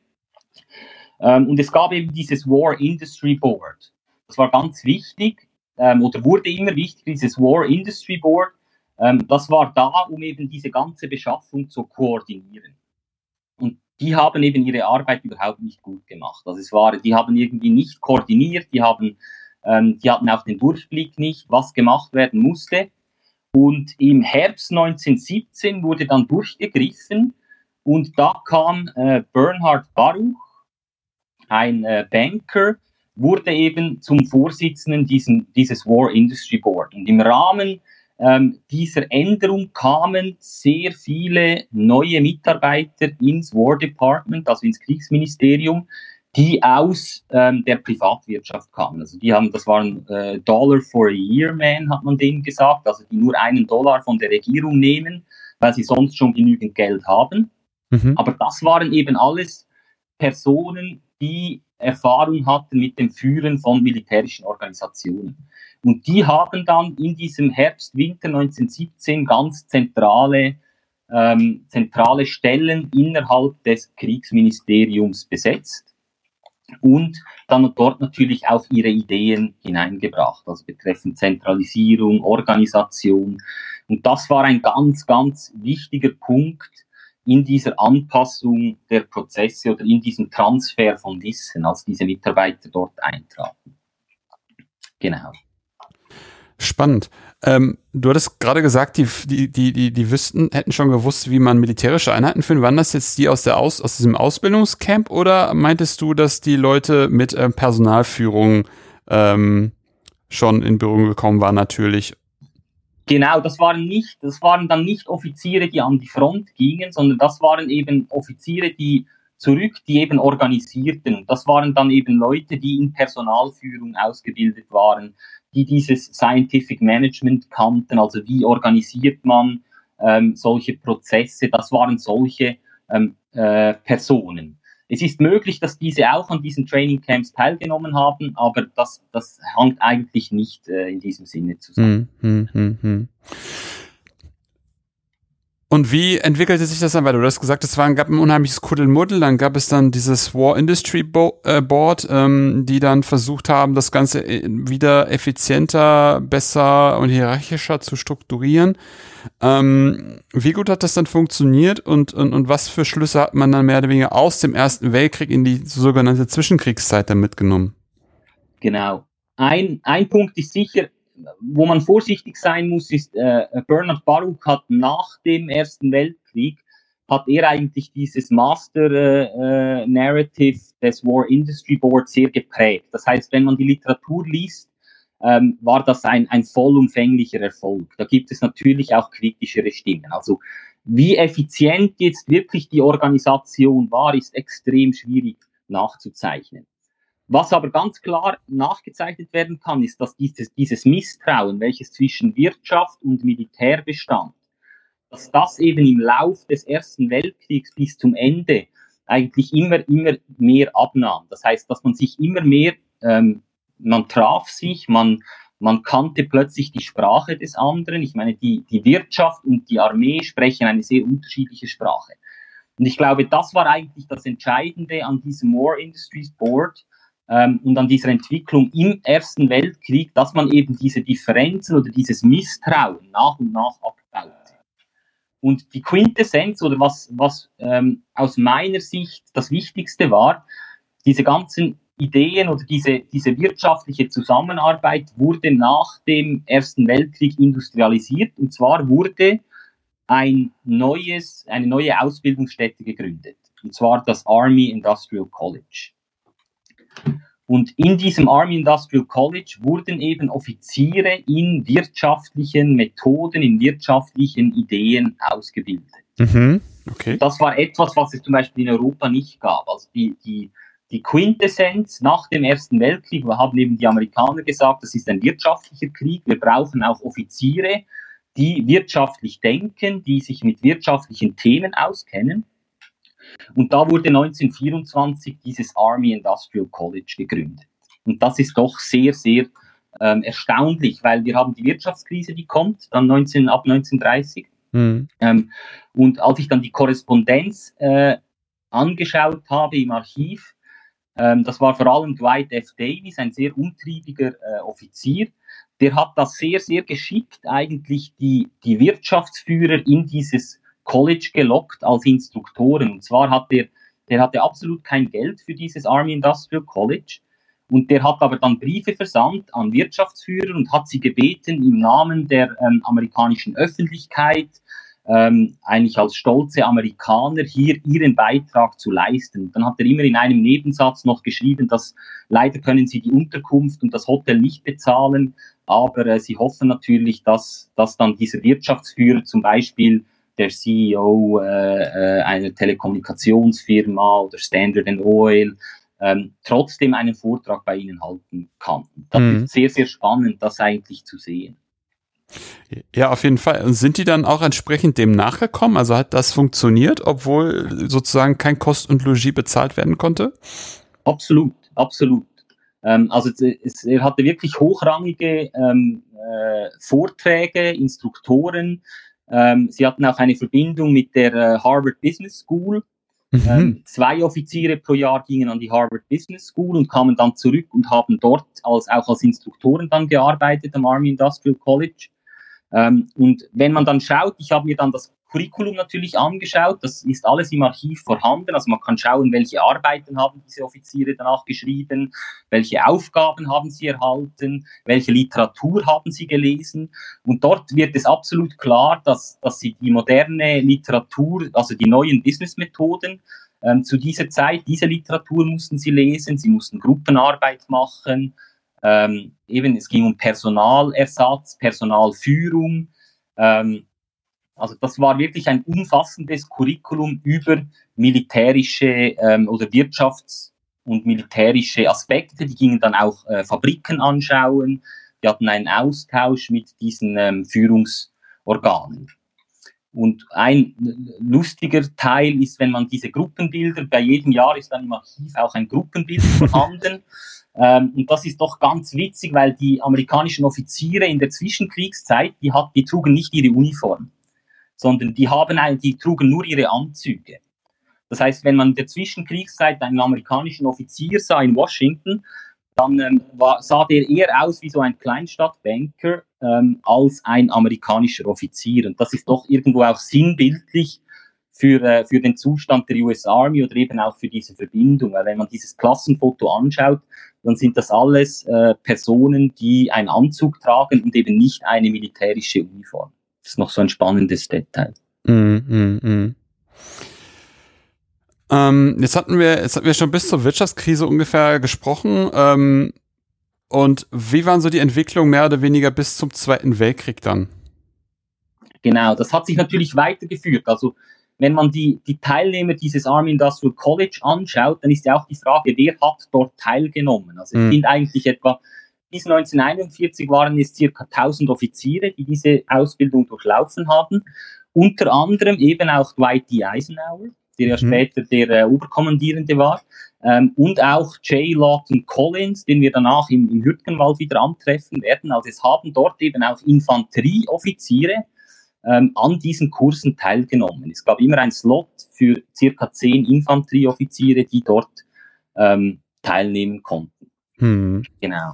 [SPEAKER 2] Ähm, und es gab eben dieses War Industry Board. Das war ganz wichtig, ähm, oder wurde immer wichtiger, dieses War Industry Board. Ähm, das war da, um eben diese ganze Beschaffung zu koordinieren. Und die haben eben ihre Arbeit überhaupt nicht gut gemacht. Also es war, die haben irgendwie nicht koordiniert, die haben, ähm, die hatten auch den Durchblick nicht, was gemacht werden musste. Und im Herbst neunzehnhundertsiebzehn wurde dann durchgegriffen und da kam äh, Bernhard Baruch, ein äh, Banker, wurde eben zum Vorsitzenden diesen, dieses War Industry Board. Und im Rahmen ähm, dieser Änderung kamen sehr viele neue Mitarbeiter ins War Department, also ins Kriegsministerium, die aus ähm, der Privatwirtschaft kamen. Also die haben, das waren äh, Dollar for a Year Man, hat man denen gesagt, also die nur einen Dollar von der Regierung nehmen, weil sie sonst schon genügend Geld haben. Mhm. Aber das waren eben alles Personen, die Erfahrung hatten mit dem Führen von militärischen Organisationen. Und die haben dann in diesem Herbst, Winter neunzehnhundertsiebzehn ganz zentrale, ähm, zentrale Stellen innerhalb des Kriegsministeriums besetzt und dann dort natürlich auch ihre Ideen hineingebracht, also betreffend Zentralisierung, Organisation. Und das war ein ganz, ganz wichtiger Punkt in dieser Anpassung der Prozesse oder in diesem Transfer von Wissen, als diese Mitarbeiter dort eintraten. Genau.
[SPEAKER 1] Spannend. Ähm, du hattest gerade gesagt, die, die, die, die, die wüssten, hätten schon gewusst, wie man militärische Einheiten führt. Waren das jetzt die aus der aus, aus diesem Ausbildungscamp oder meintest du, dass die Leute mit äh, Personalführung ähm, schon in Berührung gekommen waren, natürlich?
[SPEAKER 2] Genau, das waren nicht, das waren dann nicht Offiziere, die an die Front gingen, sondern das waren eben Offiziere, die zurück, die eben organisierten. Das waren dann eben Leute, die in Personalführung ausgebildet waren, die dieses Scientific Management kannten, also wie organisiert man ähm, solche Prozesse. Das waren solche ähm, äh, Personen. Es ist möglich, dass diese auch an diesen Training Camps teilgenommen haben, aber das, das hängt eigentlich nicht äh, in diesem Sinne zusammen.
[SPEAKER 1] Hm, hm, hm, hm. Und wie entwickelte sich das dann weiter? Du hast gesagt, es war, gab ein unheimliches Kuddelmuddel, dann gab es dann dieses War Industry Bo- äh, Board, ähm, die dann versucht haben, das Ganze wieder effizienter, besser und hierarchischer zu strukturieren. Ähm, wie gut hat das dann funktioniert und, und, und was für Schlüsse hat man dann mehr oder weniger aus dem Ersten Weltkrieg in die sogenannte Zwischenkriegszeit dann mitgenommen?
[SPEAKER 2] Genau. Ein, ein Punkt ist sicher, wo man vorsichtig sein muss, ist, äh, Bernard Baruch hat nach dem Ersten Weltkrieg, hat er eigentlich dieses Master äh, Narrative des War Industry Board sehr geprägt. Das heißt, wenn man die Literatur liest, ähm, war das ein, ein vollumfänglicher Erfolg. Da gibt es natürlich auch kritischere Stimmen. Also wie effizient jetzt wirklich die Organisation war, ist extrem schwierig nachzuzeichnen. Was aber ganz klar nachgezeichnet werden kann, ist, dass dieses, dieses Misstrauen, welches zwischen Wirtschaft und Militär bestand, dass das eben im Lauf des Ersten Weltkriegs bis zum Ende eigentlich immer, immer mehr abnahm. Das heißt, dass man sich immer mehr, ähm, man traf sich, man, man kannte plötzlich die Sprache des anderen. Ich meine, die, die Wirtschaft und die Armee sprechen eine sehr unterschiedliche Sprache. Und ich glaube, das war eigentlich das Entscheidende an diesem War Industries Board, und an dieser Entwicklung im Ersten Weltkrieg, dass man eben diese Differenzen oder dieses Misstrauen nach und nach abbaute. Und die Quintessenz oder was, was ähm, aus meiner Sicht das Wichtigste war, diese ganzen Ideen oder diese, diese wirtschaftliche Zusammenarbeit wurde nach dem Ersten Weltkrieg industrialisiert. Und zwar wurde ein neues, eine neue Ausbildungsstätte gegründet. Und zwar das Army Industrial College. Und in diesem Army Industrial College wurden eben Offiziere in wirtschaftlichen Methoden, in wirtschaftlichen Ideen ausgebildet.
[SPEAKER 1] Mhm, okay.
[SPEAKER 2] Das war etwas, was es zum Beispiel in Europa nicht gab. Also die, die, die Quintessenz nach dem Ersten Weltkrieg, wir haben eben die Amerikaner gesagt, das ist ein wirtschaftlicher Krieg, wir brauchen auch Offiziere, die wirtschaftlich denken, die sich mit wirtschaftlichen Themen auskennen. Und da wurde neunzehnhundertvierundzwanzig dieses Army Industrial College gegründet. Und das ist doch sehr, sehr ähm, erstaunlich, weil wir haben die Wirtschaftskrise, die kommt, dann neunzehn, ab neunzehnhundertdreißig. Mhm. Ähm, und als ich dann die Korrespondenz äh, angeschaut habe im Archiv, ähm, das war vor allem Dwight F. Davis, ein sehr umtriebiger äh, Offizier, der hat das sehr, sehr geschickt eigentlich die, die Wirtschaftsführer in dieses College gelockt als Instruktoren. Und zwar hat der, der hatte absolut kein Geld für dieses Army Industrial College. Und der hat aber dann Briefe versandt an Wirtschaftsführer und hat sie gebeten, im Namen der ähm, amerikanischen Öffentlichkeit, ähm, eigentlich als stolze Amerikaner, hier ihren Beitrag zu leisten. Dann hat er immer in einem Nebensatz noch geschrieben, dass leider können sie die Unterkunft und das Hotel nicht bezahlen, aber äh, sie hoffen natürlich, dass, dass dann dieser Wirtschaftsführer, zum Beispiel der C E O äh, einer Telekommunikationsfirma oder Standard and Oil, ähm, trotzdem einen Vortrag bei ihnen halten kann. Das mhm. ist sehr, sehr spannend, das eigentlich zu sehen.
[SPEAKER 1] Ja, auf jeden Fall. Und sind die dann auch entsprechend dem nachgekommen? Also hat das funktioniert, obwohl sozusagen kein Kost und Logis bezahlt werden konnte?
[SPEAKER 2] Absolut, absolut. Ähm, also es, er hatte wirklich hochrangige ähm, äh, Vorträge, Instruktoren. Ähm, sie hatten auch eine Verbindung mit der äh, Harvard Business School. Mhm. Ähm, zwei Offiziere pro Jahr gingen an die Harvard Business School und kamen dann zurück und haben dort als, auch als Instruktoren dann gearbeitet am Army Industrial College. Ähm, und wenn man dann schaut, ich habe mir dann das Curriculum natürlich angeschaut, das ist alles im Archiv vorhanden, also man kann schauen, welche Arbeiten haben diese Offiziere danach geschrieben, welche Aufgaben haben sie erhalten, welche Literatur haben sie gelesen, und dort wird es absolut klar, dass, dass sie die moderne Literatur, also die neuen Businessmethoden, ähm, zu dieser Zeit, diese Literatur mussten sie lesen, sie mussten Gruppenarbeit machen, ähm, eben es ging um Personalersatz, Personalführung, ähm, also das war wirklich ein umfassendes Curriculum über militärische ähm, oder Wirtschafts- und militärische Aspekte. Die gingen dann auch äh, Fabriken anschauen. Die hatten einen Austausch mit diesen ähm, Führungsorganen. Und ein lustiger Teil ist, wenn man diese Gruppenbilder, bei jedem Jahr ist dann im Archiv auch ein Gruppenbild vorhanden. Ähm, und das ist doch ganz witzig, weil die amerikanischen Offiziere in der Zwischenkriegszeit, die, hat, die trugen nicht ihre Uniform, sondern die haben ein, die trugen nur ihre Anzüge. Das heißt, wenn man in der Zwischenkriegszeit einen amerikanischen Offizier sah in Washington, dann ähm, war, sah der eher aus wie so ein Kleinstadtbanker ähm, als ein amerikanischer Offizier. Und das ist doch irgendwo auch sinnbildlich für, äh, für den Zustand der U S Army oder eben auch für diese Verbindung. Weil wenn man dieses Klassenfoto anschaut, dann sind das alles äh, Personen, die einen Anzug tragen und eben nicht eine militärische Uniform. Das ist noch so ein spannendes Detail.
[SPEAKER 1] Mm, mm, mm. Ähm, jetzt hatten wir, jetzt hatten wir schon bis zur Wirtschaftskrise ungefähr gesprochen. Ähm, und wie waren so die Entwicklungen mehr oder weniger bis zum Zweiten Weltkrieg dann?
[SPEAKER 2] Genau, das hat sich natürlich weitergeführt. Also wenn man die, die Teilnehmer dieses Army Industrial College anschaut, dann ist ja auch die Frage, wer hat dort teilgenommen? Also es mm. sind eigentlich etwa bis neunzehnhunderteinundvierzig waren es circa tausend Offiziere, die diese Ausbildung durchlaufen haben. Unter anderem eben auch Dwight D. Eisenhower, der ja mhm. später der äh, Oberkommandierende war. Ähm, und auch J. Lawton Collins, den wir danach im, im Hürtgenwald wieder antreffen werden. Also es haben dort eben auch Infanterieoffiziere ähm, an diesen Kursen teilgenommen. Es gab immer einen Slot für circa zehn Infanterieoffiziere, die dort ähm, teilnehmen konnten. Mhm. Genau.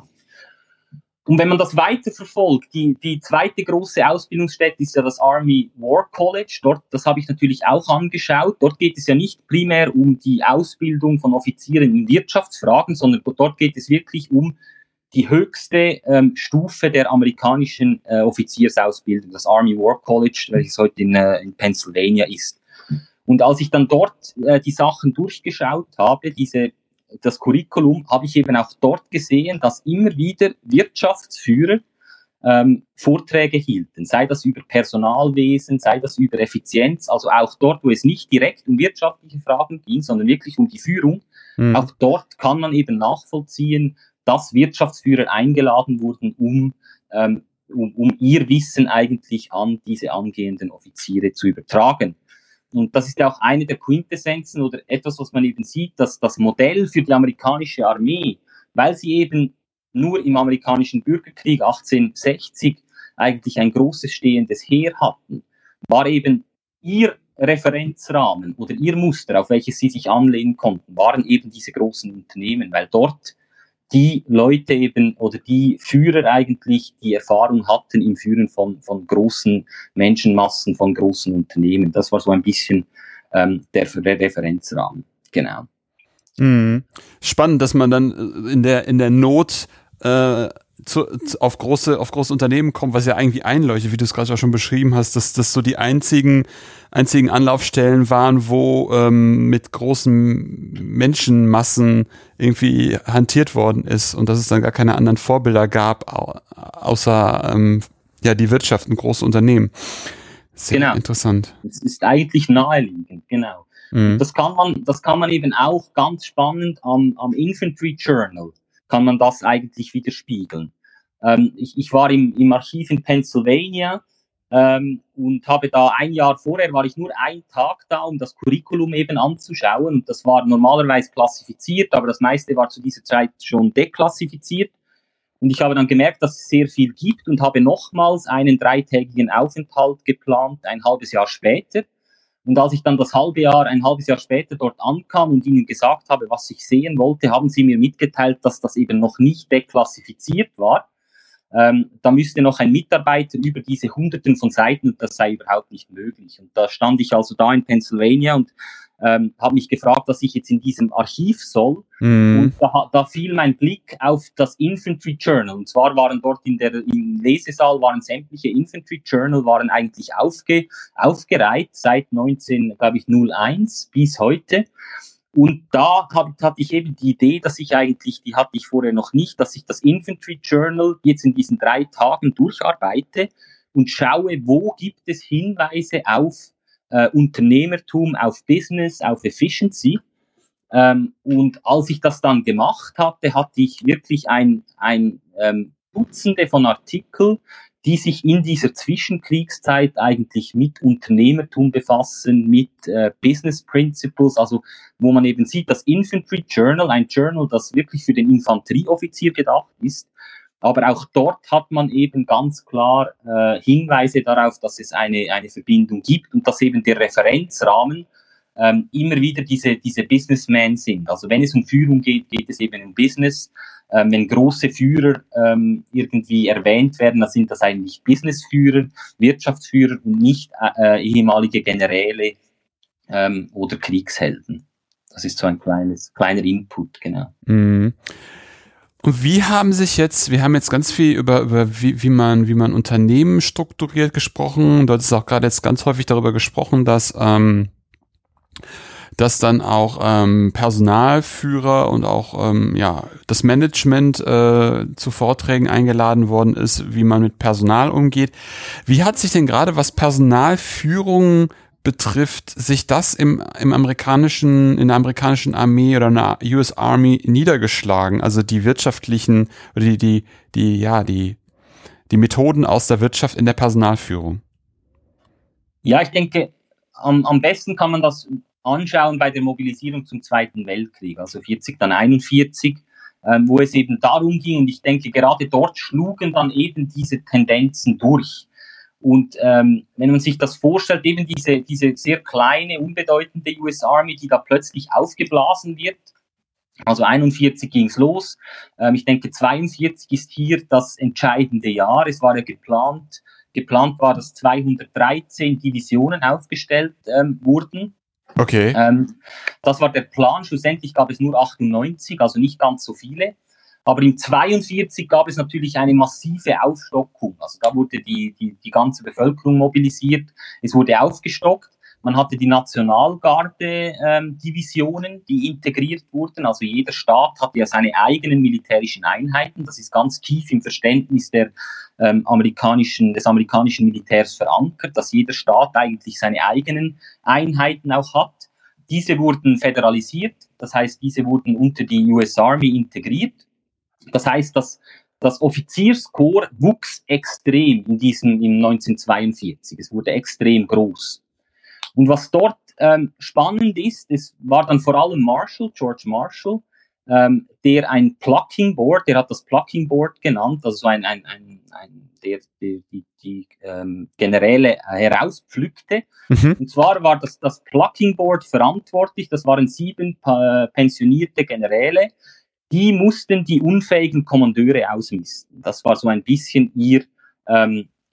[SPEAKER 2] Und wenn man das weiter verfolgt, die, die zweite große Ausbildungsstätte ist ja das Army War College. Dort, das habe ich natürlich auch angeschaut. Dort geht es ja nicht primär um die Ausbildung von Offizieren in Wirtschaftsfragen, sondern dort geht es wirklich um die höchste ähm, Stufe der amerikanischen äh, Offiziersausbildung, das Army War College, welches heute in, äh, in Pennsylvania ist. Und als ich dann dort äh, die Sachen durchgeschaut habe, diese das Curriculum, habe ich eben auch dort gesehen, dass immer wieder Wirtschaftsführer ähm, Vorträge hielten, sei das über Personalwesen, sei das über Effizienz, also auch dort, wo es nicht direkt um wirtschaftliche Fragen ging, sondern wirklich um die Führung. Mhm. Auch dort kann man eben nachvollziehen, dass Wirtschaftsführer eingeladen wurden, um, ähm, um, um ihr Wissen eigentlich an diese angehenden Offiziere zu übertragen. Und das ist ja auch eine der Quintessenzen oder etwas, was man eben sieht, dass das Modell für die amerikanische Armee, weil sie eben nur im amerikanischen Bürgerkrieg achtzehnhundertsechzig eigentlich ein großes stehendes Heer hatten, war eben ihr Referenzrahmen oder ihr Muster, auf welches sie sich anlehnen konnten, waren eben diese großen Unternehmen, weil dort die Leute eben oder die Führer eigentlich die Erfahrung hatten im Führen von, von großen Menschenmassen, von großen Unternehmen. Das war so ein bisschen ähm, der, der Referenzrahmen. Genau.
[SPEAKER 1] Mhm. Spannend, dass man dann in der, in der Not äh, zu, zu, auf große, auf große Unternehmen kommt, was ja irgendwie einleuchtet, wie du es gerade auch schon beschrieben hast, dass das so die einzigen, einzigen Anlaufstellen waren, wo ähm, mit großen Menschenmassen irgendwie hantiert worden ist und dass es dann gar keine anderen Vorbilder gab, au, außer ähm, ja die Wirtschaft, ein großes Unternehmen. Sehr
[SPEAKER 2] genau.
[SPEAKER 1] interessant.
[SPEAKER 2] Es ist eigentlich naheliegend, genau.
[SPEAKER 1] Mhm.
[SPEAKER 2] Das kann man, das kann man eben auch ganz spannend am, am Infantry Journal, kann man das eigentlich widerspiegeln. Ähm, ich, ich war im, im Archiv in Pennsylvania ähm, und habe da ein Jahr vorher, war ich nur einen Tag da, um das Curriculum eben anzuschauen. Und das war normalerweise klassifiziert, aber das meiste war zu dieser Zeit schon deklassifiziert. Und ich habe dann gemerkt, dass es sehr viel gibt und habe nochmals einen dreitägigen Aufenthalt geplant, ein halbes Jahr später. Und als ich dann das halbe Jahr, ein halbes Jahr später dort ankam und ihnen gesagt habe, was ich sehen wollte, haben sie mir mitgeteilt, dass das eben noch nicht deklassifiziert war. Ähm, da müsste noch ein Mitarbeiter über diese Hunderten von Seiten und das sei überhaupt nicht möglich. Und da stand ich also da in Pennsylvania und ähm, habe mich gefragt, was ich jetzt in diesem Archiv soll. Mhm. Und da, da fiel mein Blick auf das Infantry Journal. Und zwar waren dort in der, im Lesesaal waren sämtliche Infantry Journal waren eigentlich aufge, aufgereiht seit neunzehn, glaube ich, null eins bis heute. Und da hab, hatte ich eben die Idee, dass ich eigentlich, die hatte ich vorher noch nicht, dass ich das Infantry Journal jetzt in diesen drei Tagen durcharbeite und schaue, wo gibt es Hinweise auf äh, Unternehmertum, auf Business, auf Efficiency. Ähm, und als ich das dann gemacht hatte, hatte ich wirklich ein, ein ähm, Dutzende von Artikeln, die sich in dieser Zwischenkriegszeit eigentlich mit Unternehmertum befassen, mit äh, Business Principles, also wo man eben sieht, das Infantry Journal, ein Journal, das wirklich für den Infanterieoffizier gedacht ist, aber auch dort hat man eben ganz klar äh, Hinweise darauf, dass es eine, eine Verbindung gibt und dass eben der Referenzrahmen ähm, immer wieder diese, diese Businessmen sind. Also wenn es um Führung geht, geht es eben um Business. Ähm, wenn große Führer ähm, irgendwie erwähnt werden, dann sind das eigentlich Businessführer, Wirtschaftsführer und nicht äh, ehemalige Generäle ähm, oder Kriegshelden. Das ist so ein kleines, kleiner Input, genau.
[SPEAKER 1] Mhm. Und wie haben sich jetzt, wir haben jetzt ganz viel über, über wie, wie man, wie man Unternehmen strukturiert gesprochen. Du hattest auch gerade jetzt ganz häufig darüber gesprochen, dass, ähm, dass dann auch ähm, Personalführer und auch ähm, ja das Management äh, zu Vorträgen eingeladen worden ist, wie man mit Personal umgeht. Wie hat sich denn gerade, was Personalführung betrifft, sich das im, im amerikanischen, in der amerikanischen Armee oder in der U S Army niedergeschlagen? Also die wirtschaftlichen oder die, die, die, ja, die, die Methoden aus der Wirtschaft in der Personalführung.
[SPEAKER 2] Ja, ich denke, am, am besten kann man das anschauen bei der Mobilisierung zum Zweiten Weltkrieg, also vierzig, dann einundvierzig, ähm, wo es eben darum ging, und ich denke, gerade dort schlugen dann eben diese Tendenzen durch. Und ähm, wenn man sich das vorstellt, eben diese, diese sehr kleine, unbedeutende U S Army, die da plötzlich aufgeblasen wird, also einundvierzig ging's los, ähm, ich denke zweiundvierzig ist hier das entscheidende Jahr, es war ja geplant, geplant war, dass zweihundertdreizehn Divisionen aufgestellt ähm, wurden.
[SPEAKER 1] Okay.
[SPEAKER 2] Ähm, das war der Plan, schlussendlich gab es nur achtundneunzig, also nicht ganz so viele. Aber im zweiundvierzig gab es natürlich eine massive Aufstockung. Also da wurde die, die, die ganze Bevölkerung mobilisiert. Es wurde aufgestockt. Man hatte die Nationalgarde-Divisionen, ähm, die integriert wurden. Also jeder Staat hatte ja seine eigenen militärischen Einheiten. Das ist ganz tief im Verständnis der, ähm, amerikanischen, des amerikanischen Militärs verankert, dass jeder Staat eigentlich seine eigenen Einheiten auch hat. Diese wurden föderalisiert. Das heißt, diese wurden unter die U S Army integriert. Das heißt, dass das Offizierskorps wuchs extrem in diesem, im neunzehnhundertzweiundvierzig. Es wurde extrem groß. Und was dort ähm, spannend ist, es war dann vor allem Marshall, George Marshall, ähm, der ein Plucking Board, der hat das Plucking Board genannt, also so ein, ein, ein, ein der, der die, die ähm, Generäle herauspflückte. Mhm. Und zwar war das, das Plucking Board verantwortlich, das waren sieben äh, pensionierte Generäle, die mussten die unfähigen Kommandeure ausmisten. Das war so ein bisschen ihr, ähm,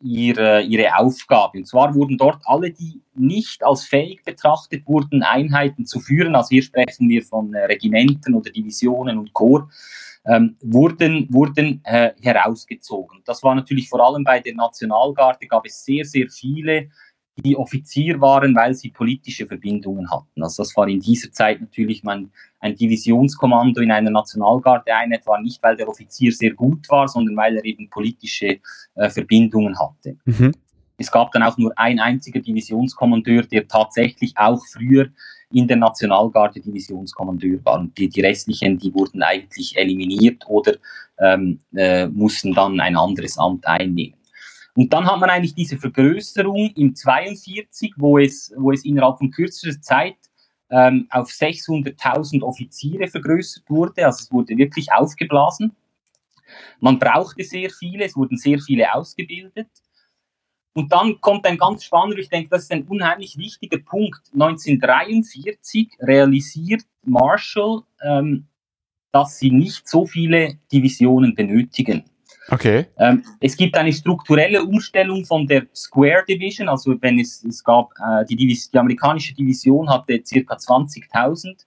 [SPEAKER 2] ihre, ihre Aufgabe. Und zwar wurden dort alle, die nicht als fähig betrachtet wurden, Einheiten zu führen, also hier sprechen wir von äh, Regimenten oder Divisionen und Korps, ähm, wurden, wurden äh, herausgezogen. Das war natürlich vor allem bei der Nationalgarde, gab es sehr, sehr viele, die Offizier waren, weil sie politische Verbindungen hatten. Also das war in dieser Zeit natürlich mein, ein Divisionskommando in einer Nationalgarde-Einheit, war nicht, weil der Offizier sehr gut war, sondern weil er eben politische äh, Verbindungen hatte. Mhm. Es gab dann auch nur ein einziger Divisionskommandeur, der tatsächlich auch früher in der Nationalgarde Divisionskommandeur war. Und die, die restlichen, die wurden eigentlich eliminiert oder ähm, äh, mussten dann ein anderes Amt einnehmen. Und dann hat man eigentlich diese Vergrößerung im zweiundvierzig, wo es, wo es innerhalb von kürzester Zeit ähm, auf sechshunderttausend Offiziere vergrößert wurde. Also es wurde wirklich aufgeblasen. Man brauchte sehr viele, es wurden sehr viele ausgebildet. Und dann kommt ein ganz spannender, ich denke, das ist ein unheimlich wichtiger Punkt. neunzehnhundertdreiundvierzig realisiert Marshall, ähm, dass sie nicht so viele Divisionen benötigen.
[SPEAKER 1] Okay.
[SPEAKER 2] Ähm, es gibt eine strukturelle Umstellung von der Square Division, also wenn es, es gab, äh, die, Divis- die amerikanische Division hatte circa zwanzigtausend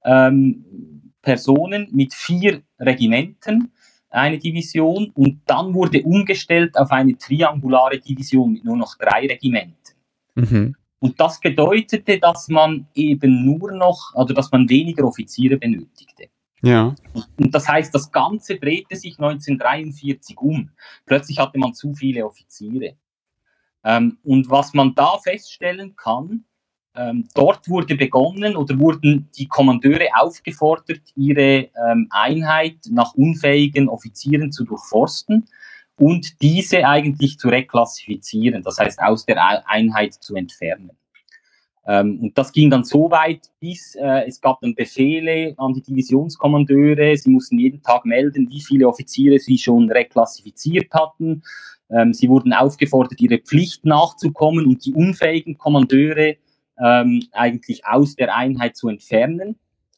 [SPEAKER 2] ähm, Personen mit vier Regimenten, eine Division, und dann wurde umgestellt auf eine triangulare Division mit nur noch drei Regimenten. Mhm. Und das bedeutete, dass man eben nur noch, also dass man weniger Offiziere benötigte.
[SPEAKER 1] Ja.
[SPEAKER 2] Und das heißt, das Ganze drehte sich neunzehnhundertdreiundvierzig um. Plötzlich hatte man zu viele Offiziere. Ähm, und was man da feststellen kann, ähm, dort wurde begonnen oder wurden die Kommandeure aufgefordert, ihre ähm, Einheit nach unfähigen Offizieren zu durchforsten und diese eigentlich zu reklassifizieren, das heißt aus der Einheit zu entfernen. Ähm, und das ging dann so weit, bis äh, es gab dann Befehle an die Divisionskommandeure, sie mussten jeden Tag melden, wie viele Offiziere sie schon reklassifiziert hatten. Ähm, sie wurden aufgefordert, ihre Pflicht nachzukommen und die unfähigen Kommandeure ähm, eigentlich aus der Einheit zu entfernen.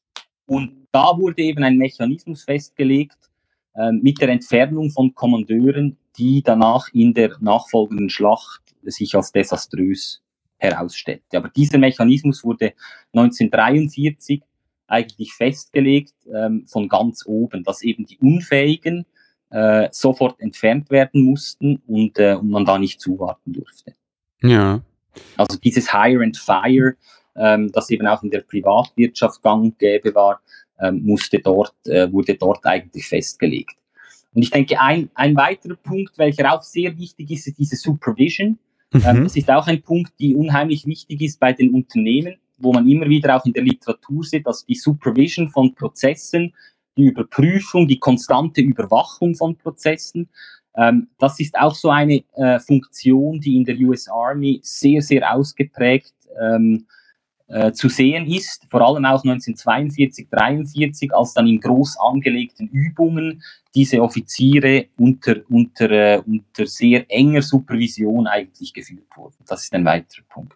[SPEAKER 2] Und da wurde eben ein Mechanismus festgelegt äh, mit der Entfernung von Kommandeuren, die danach in der nachfolgenden Schlacht sich als desaströs herausstellte. Aber dieser Mechanismus wurde neunzehnhundertdreiundvierzig eigentlich festgelegt ähm, von ganz oben, dass eben die Unfähigen äh, sofort entfernt werden mussten und, äh, und man da nicht zuwarten durfte.
[SPEAKER 1] Ja.
[SPEAKER 2] Also dieses Hire and Fire, ähm, das eben auch in der Privatwirtschaft gang und gäbe war, ähm, musste dort, äh, wurde dort eigentlich festgelegt. Und ich denke, ein, ein weiterer Punkt, welcher auch sehr wichtig ist, ist diese Supervision. Mhm. Ähm, das ist auch ein Punkt, die unheimlich wichtig ist bei den Unternehmen, wo man immer wieder auch in der Literatur sieht, dass die Supervision von Prozessen, die Überprüfung, die konstante Überwachung von Prozessen, ähm, das ist auch so eine äh, Funktion, die in der U S Army sehr, sehr ausgeprägt ähm, äh, zu sehen ist, vor allem auch neunzehnhundertzweiundvierzig, dreiundvierzig, als dann in groß angelegten Übungen diese Offiziere unter, unter, äh, unter sehr enger Supervision eigentlich geführt wurden. Das ist ein weiterer Punkt.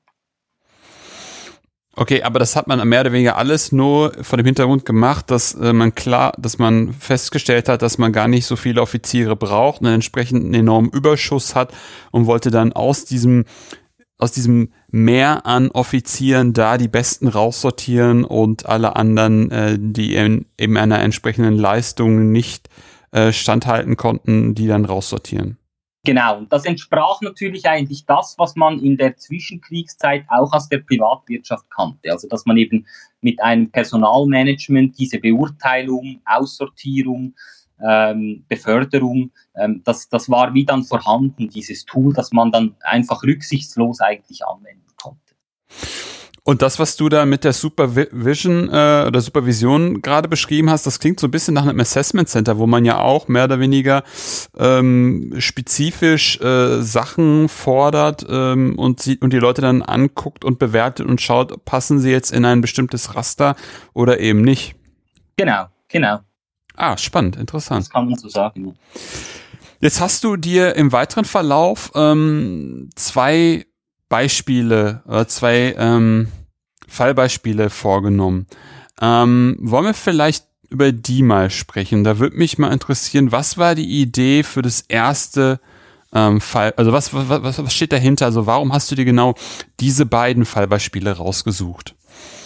[SPEAKER 1] Okay, aber das hat man mehr oder weniger alles nur vor dem Hintergrund gemacht, dass äh, man klar, dass man festgestellt hat, dass man gar nicht so viele Offiziere braucht und einen entsprechenden enormen Überschuss hat und wollte dann aus diesem aus diesem Mehr an Offizieren da die Besten raussortieren und alle anderen, äh, die in, in einer entsprechenden Leistung nicht äh, standhalten konnten, die dann raussortieren.
[SPEAKER 2] Genau, und das entsprach natürlich eigentlich das, was man in der Zwischenkriegszeit auch aus der Privatwirtschaft kannte. Also dass man eben mit einem Personalmanagement diese Beurteilung, Aussortierung, ähm, Beförderung, ähm, das, das war wie dann vorhanden, dieses Tool, das man dann einfach rücksichtslos eigentlich anwenden konnte.
[SPEAKER 1] Und das, was du da mit der Supervision äh, oder Supervision gerade beschrieben hast, das klingt so ein bisschen nach einem Assessment Center, wo man ja auch mehr oder weniger ähm, spezifisch äh, Sachen fordert ähm, und, sie, und die Leute dann anguckt und bewertet und schaut, passen sie jetzt in ein bestimmtes Raster oder eben nicht.
[SPEAKER 2] Genau, genau.
[SPEAKER 1] Ah, spannend, interessant.
[SPEAKER 2] Das kann man so sagen. Ja.
[SPEAKER 1] Jetzt hast du dir im weiteren Verlauf ähm, zwei Beispiele, äh, zwei ähm, Fallbeispiele vorgenommen. Ähm, wollen wir vielleicht über die mal sprechen? Da würde mich mal interessieren, was war die Idee für das erste ähm, Fall, also was, was, was steht dahinter? Also warum hast du dir genau diese beiden Fallbeispiele rausgesucht?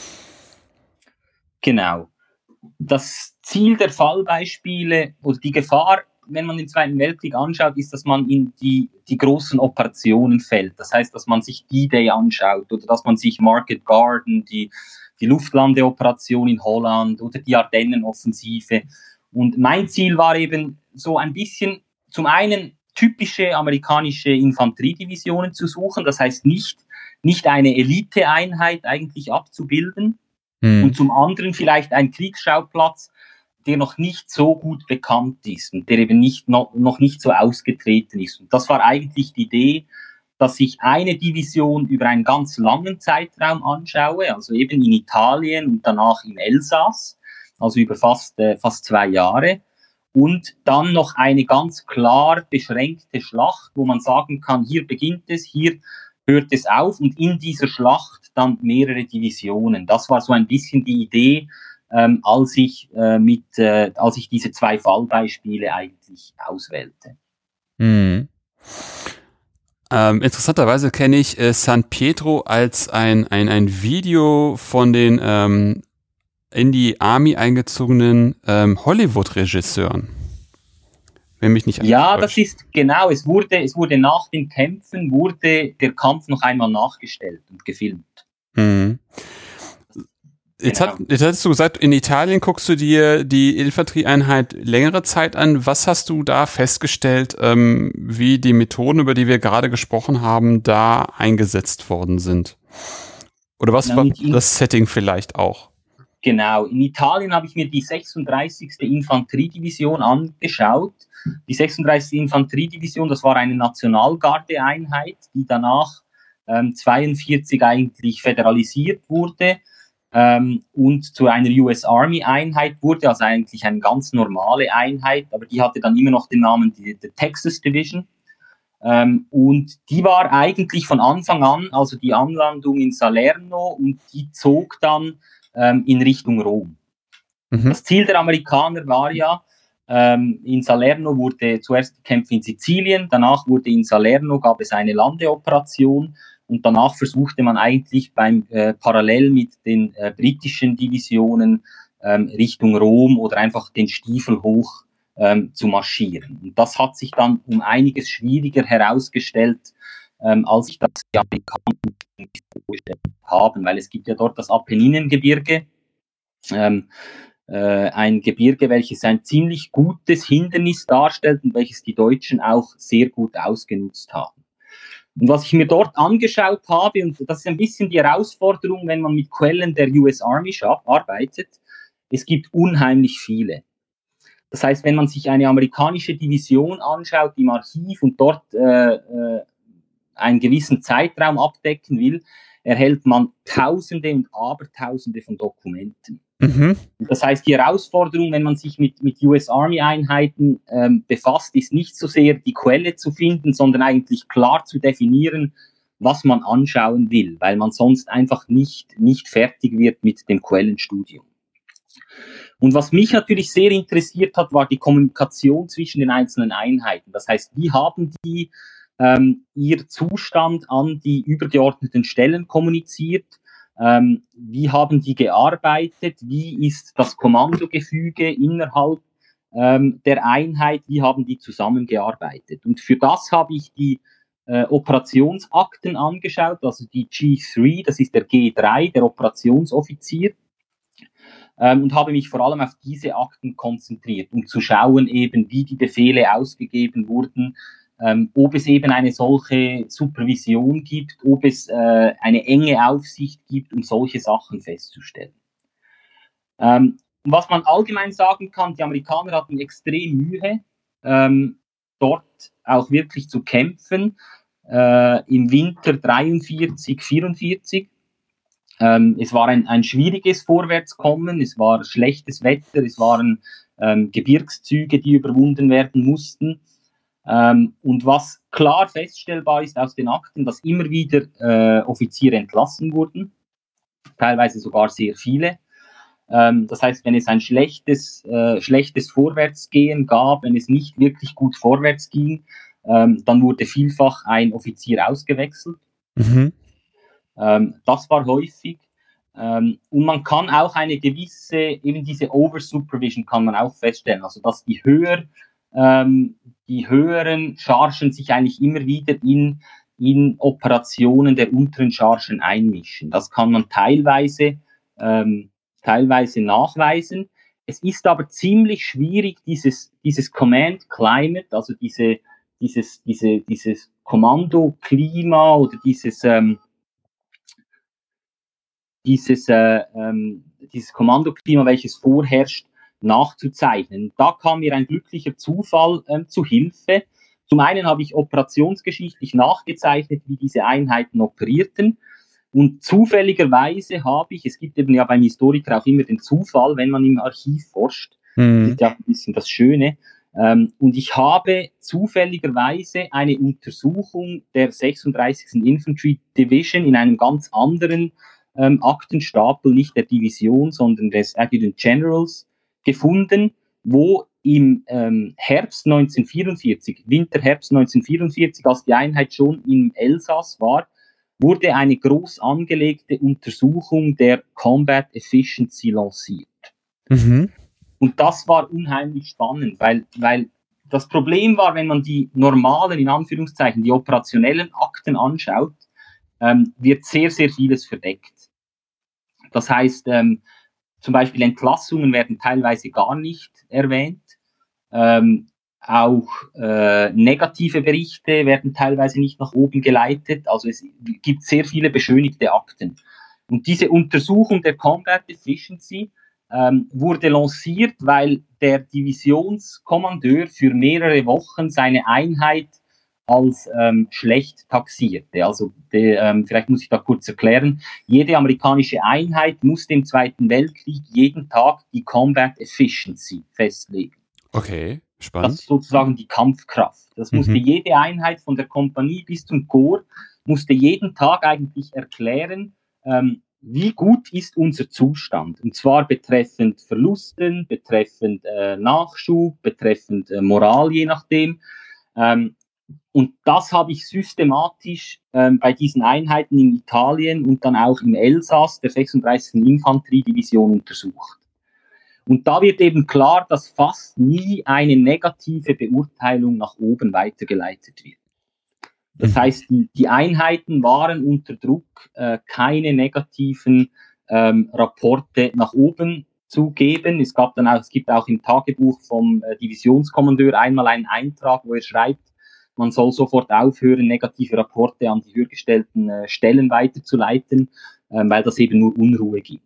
[SPEAKER 2] Genau. Das Ziel der Fallbeispiele oder die Gefahr, wenn man den Zweiten Weltkrieg anschaut, ist, dass man in die, die großen Operationen fällt. Das heißt, dass man sich D-Day anschaut oder dass man sich Market Garden, die, die Luftlandeoperation in Holland oder die Ardennenoffensive. Und mein Ziel war eben so ein bisschen zum einen typische amerikanische Infanteriedivisionen zu suchen, das heißt nicht, nicht eine Eliteeinheit eigentlich abzubilden, hm. und zum anderen vielleicht ein Kriegsschauplatz, der noch nicht so gut bekannt ist und der eben nicht, noch, noch nicht so ausgetreten ist. Und das war eigentlich die Idee, dass ich eine Division über einen ganz langen Zeitraum anschaue, also eben in Italien und danach im Elsass, also über fast, äh, fast zwei Jahre. Und dann noch eine ganz klar beschränkte Schlacht, wo man sagen kann, hier beginnt es, hier hört es auf und in dieser Schlacht dann mehrere Divisionen. Das war so ein bisschen die Idee, ähm, als ich äh, mit, äh, als ich diese zwei Fallbeispiele eigentlich auswählte.
[SPEAKER 1] Mhm. Ähm, interessanterweise kenne ich äh, San Pietro als ein, ein, ein Video von den ähm, in die Army eingezogenen ähm, Hollywood-Regisseuren. Wenn mich nicht
[SPEAKER 2] ja, das ist genau, es wurde, es wurde nach den Kämpfen, wurde der Kampf noch einmal nachgestellt und gefilmt.
[SPEAKER 1] Mhm. Jetzt,
[SPEAKER 2] Genau.
[SPEAKER 1] hat, jetzt hattest du gesagt, in Italien guckst du dir die Infanterieeinheit längere Zeit an. Was hast du da festgestellt, ähm, wie die Methoden, über die wir gerade gesprochen haben, da eingesetzt worden sind? Oder was genau, war das Setting vielleicht auch?
[SPEAKER 2] Genau, in Italien habe ich mir die sechsunddreißigste Infanteriedivision angeschaut. Die sechsunddreißigste Infanteriedivision, das war eine Nationalgarde-Einheit, die danach ähm, zweiundvierzig eigentlich federalisiert wurde. Ähm, und zu einer U S Army Einheit wurde, also eigentlich eine ganz normale Einheit, aber die hatte dann immer noch den Namen die, die Texas Division. Ähm, und die war eigentlich von Anfang an, also die Anlandung in Salerno, und die zog dann ähm, in Richtung Rom. Mhm. Das Ziel der Amerikaner war ja, ähm, in Salerno wurde zuerst gekämpft in Sizilien, danach wurde in Salerno, gab es eine Landeoperation. Und danach versuchte man eigentlich beim äh, parallel mit den äh, britischen Divisionen ähm, Richtung Rom oder einfach den Stiefel hoch ähm, zu marschieren. Und das hat sich dann um einiges schwieriger herausgestellt, ähm, als ich das die Amerikaner vorgestellt haben, weil es gibt ja dort das Apenninengebirge, ähm, äh, ein Gebirge, welches ein ziemlich gutes Hindernis darstellt und welches die Deutschen auch sehr gut ausgenutzt haben. Und was ich mir dort angeschaut habe, und das ist ein bisschen die Herausforderung, wenn man mit Quellen der U S Army arbeitet, es gibt unheimlich viele. Das heißt, wenn man sich eine amerikanische Division anschaut im Archiv und dort äh, äh, einen gewissen Zeitraum abdecken will, erhält man Tausende und Abertausende von Dokumenten. Mhm. Das heißt, die Herausforderung, wenn man sich mit, mit U S Army Einheiten ähm, befasst, ist nicht so sehr die Quelle zu finden, sondern eigentlich klar zu definieren, was man anschauen will, weil man sonst einfach nicht, nicht fertig wird mit dem Quellenstudium. Und was mich natürlich sehr interessiert hat, war die Kommunikation zwischen den einzelnen Einheiten. Das heißt, wie haben die ähm, ihr Zustand an die übergeordneten Stellen kommuniziert? Ähm, wie haben die gearbeitet? Wie ist das Kommandogefüge innerhalb ähm, der Einheit? Wie haben die zusammengearbeitet? Und für das habe ich die äh, Operationsakten angeschaut, also die G drei, das ist der G drei, der Operationsoffizier. Ähm, und habe mich vor allem auf diese Akten konzentriert, um zu schauen eben, wie die Befehle ausgegeben wurden, ähm, ob es eben eine solche Supervision gibt, ob es äh, eine enge Aufsicht gibt, um solche Sachen festzustellen. Ähm, was man allgemein sagen kann, die Amerikaner hatten extrem Mühe, ähm, dort auch wirklich zu kämpfen, äh, im Winter dreiundvierzig, vierundvierzig. Ähm, es war ein, ein schwieriges Vorwärtskommen, es war schlechtes Wetter, es waren ähm, Gebirgszüge, die überwunden werden mussten. Ähm, und was klar feststellbar ist aus den Akten, dass immer wieder äh, Offiziere entlassen wurden, teilweise sogar sehr viele. Ähm, das heißt, wenn es ein schlechtes, äh, schlechtes Vorwärtsgehen gab, wenn es nicht wirklich gut vorwärts ging, Ähm, dann wurde vielfach ein Offizier ausgewechselt. Mhm. Ähm, das war häufig. Ähm, und man kann auch eine gewisse, eben diese Oversupervision kann man auch feststellen, also dass die höher, ähm, die höheren Chargen sich eigentlich immer wieder in, in Operationen der unteren Chargen einmischen. Das kann man teilweise, ähm, teilweise nachweisen. Es ist aber ziemlich schwierig, dieses, dieses Command Climate, also diese, dieses, diese, dieses Kommandoklima oder dieses, ähm, dieses, äh, ähm, dieses Kommandoklima, welches vorherrscht, nachzuzeichnen. Da kam mir ein glücklicher Zufall ähm, zu Hilfe. Zum einen habe ich operationsgeschichtlich nachgezeichnet, wie diese Einheiten operierten. Und zufälligerweise habe ich, es gibt eben ja beim Historiker auch immer den Zufall, wenn man im Archiv forscht. Mhm. Das ist ja ein bisschen das Schöne. Ähm, und ich habe zufälligerweise eine Untersuchung der sechsunddreißigsten Infantry Division in einem ganz anderen ähm, Aktenstapel, nicht der Division, sondern des Adjutant Generals gefunden, wo im ähm, Herbst neunzehnhundertvierundvierzig, Winter-Herbst neunzehnhundertvierundvierzig, als die Einheit schon im Elsass war, wurde eine groß angelegte Untersuchung der Combat Efficiency lanciert. Mhm. Und das war unheimlich spannend, weil, weil das Problem war, wenn man die normalen, in Anführungszeichen, die operationellen Akten anschaut, ähm, wird sehr, sehr vieles verdeckt. Das heißt, ähm, zum Beispiel Entlassungen werden teilweise gar nicht erwähnt. Ähm, auch äh, negative Berichte werden teilweise nicht nach oben geleitet. Also es gibt sehr viele beschönigte Akten. Und diese Untersuchung der Combat Efficiency ähm, wurde lanciert, weil der Divisionskommandeur für mehrere Wochen seine Einheit als ähm, schlecht taxierte. Also de, ähm, vielleicht muss ich da kurz erklären. Jede amerikanische Einheit musste im Zweiten Weltkrieg jeden Tag die Combat Efficiency festlegen.
[SPEAKER 1] Okay, spannend.
[SPEAKER 2] Das ist sozusagen die Kampfkraft. Das musste mhm. jede Einheit von der Kompanie bis zum Korps, musste jeden Tag eigentlich erklären, ähm, wie gut ist unser Zustand. Und zwar betreffend Verlusten, betreffend äh, Nachschub, betreffend äh, Moral, je nachdem. Ähm, und das habe ich systematisch ähm, bei diesen Einheiten in Italien und dann auch im Elsass der sechsunddreißigsten Infanteriedivision untersucht. Und da wird eben klar, dass fast nie eine negative Beurteilung nach oben weitergeleitet wird. Das heißt, die, die Einheiten waren unter Druck, äh, keine negativen ähm, Rapporte nach oben zu geben. Es gab dann auch, es gibt auch im Tagebuch vom äh, Divisionskommandeur einmal einen Eintrag, wo er schreibt, man soll sofort aufhören, negative Rapporte an die höhergestellten äh, Stellen weiterzuleiten, äh, weil das eben nur Unruhe gibt.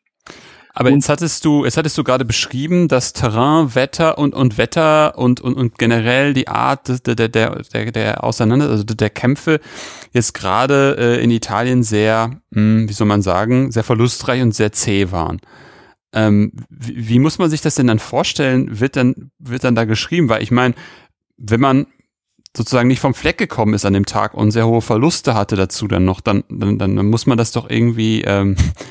[SPEAKER 1] Aber jetzt hattest du, jetzt hattest du gerade beschrieben, dass Terrain, Wetter und, und Wetter und, und, und generell die Art der, der, der, der, der Auseinander, also der Kämpfe jetzt gerade äh, in Italien sehr, mh, wie soll man sagen, sehr verlustreich und sehr zäh waren. Ähm, wie, wie muss man sich das denn dann vorstellen? Wird dann, wird dann da geschrieben? Weil ich meine, wenn man sozusagen nicht vom Fleck gekommen ist an dem Tag und sehr hohe Verluste hatte dazu dann noch, dann, dann, dann muss man das doch irgendwie, ähm,